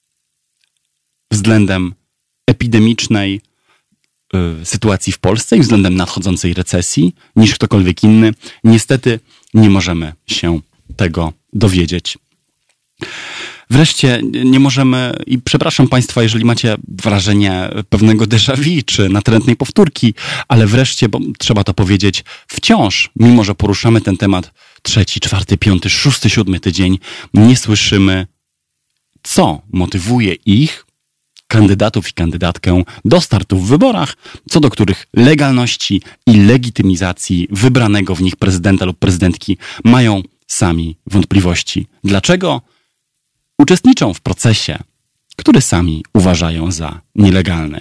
względem epidemicznej sytuacji w Polsce i względem nadchodzącej recesji niż ktokolwiek inny. Niestety nie możemy się tego dowiedzieć. Wreszcie nie możemy, i przepraszam państwa, jeżeli macie wrażenie pewnego déjà vu czy natrętnej powtórki, ale wreszcie, bo trzeba to powiedzieć, wciąż, mimo że poruszamy ten temat 3., 4., 5., 6., 7. tydzień, nie słyszymy, co motywuje ich, kandydatów i kandydatkę, do startu w wyborach, co do których legalności i legitymizacji wybranego w nich prezydenta lub prezydentki mają sami wątpliwości. Dlaczego uczestniczą w procesie, który sami uważają za nielegalny?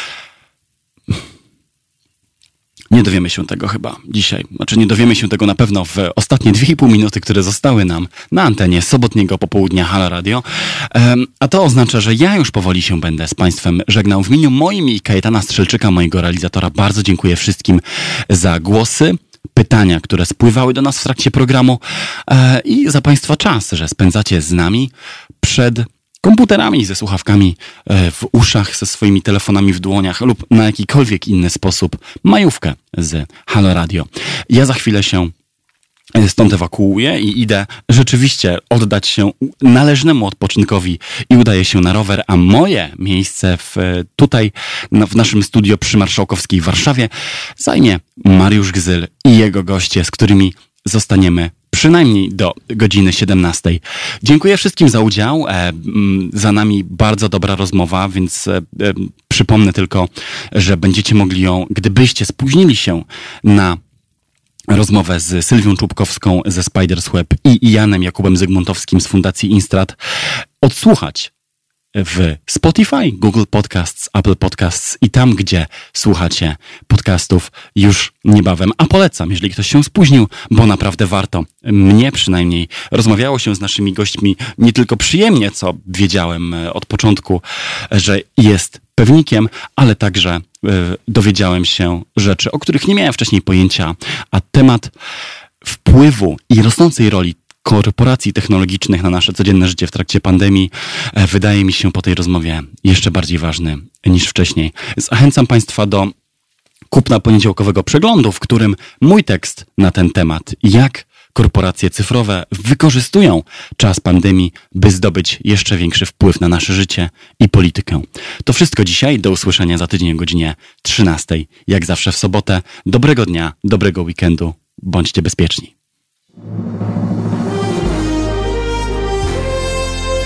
Nie dowiemy się tego chyba dzisiaj. Znaczy nie dowiemy się tego na pewno w ostatnie 2,5 minuty, które zostały nam na antenie sobotniego popołudnia Halo Radio. A to oznacza, że ja już powoli się będę z państwem żegnał. W imieniu moim i Kajetana Strzelczyka, mojego realizatora, bardzo dziękuję wszystkim za głosy, pytania, które spływały do nas w trakcie programu i za państwa czas, że spędzacie z nami przed komputerami, ze słuchawkami w uszach, ze swoimi telefonami w dłoniach lub na jakikolwiek inny sposób majówkę z Halo Radio. Ja za chwilę się stąd ewakuuję i idę rzeczywiście oddać się należnemu odpoczynkowi i udaję się na rower, a moje miejsce tutaj w naszym studio przy Marszałkowskiej w Warszawie zajmie Mariusz Gzyl i jego goście, z którymi zostaniemy przynajmniej do godziny 17. Dziękuję wszystkim za udział. Za nami bardzo dobra rozmowa, więc przypomnę tylko, że będziecie mogli ją, gdybyście spóźnili się na rozmowę z Sylwią Czubkowską ze Spiders Web i Janem Jakubem Zygmuntowskim z Fundacji Instrat, odsłuchać w Spotify, Google Podcasts, Apple Podcasts i tam, gdzie słuchacie podcastów już niebawem. A polecam, jeżeli ktoś się spóźnił, bo naprawdę warto. Mnie przynajmniej rozmawiało się z naszymi gośćmi nie tylko przyjemnie, co wiedziałem od początku, że jest pewnikiem, ale także dowiedziałem się rzeczy, o których nie miałem wcześniej pojęcia, a temat wpływu i rosnącej roli korporacji technologicznych na nasze codzienne życie w trakcie pandemii wydaje mi się po tej rozmowie jeszcze bardziej ważny niż wcześniej. Zachęcam państwa do kupna poniedziałkowego przeglądu, w którym mój tekst na ten temat, jak korporacje cyfrowe wykorzystują czas pandemii, by zdobyć jeszcze większy wpływ na nasze życie i politykę. To wszystko dzisiaj. Do usłyszenia za tydzień o godzinie 13. Jak zawsze w sobotę. Dobrego dnia, dobrego weekendu. Bądźcie bezpieczni.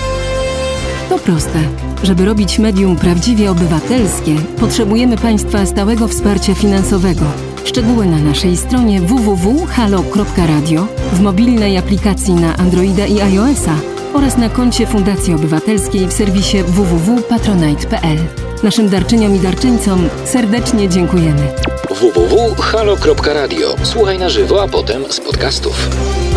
proste. Żeby robić medium prawdziwie obywatelskie, potrzebujemy Państwa stałego wsparcia finansowego. Szczegóły na naszej stronie www.halo.radio, w mobilnej aplikacji na Androida i iOS-a oraz na koncie Fundacji Obywatelskiej w serwisie www.patronite.pl. Naszym darczyniom i darczyńcom serdecznie dziękujemy. www.halo.radio. Słuchaj na żywo, a potem z podcastów.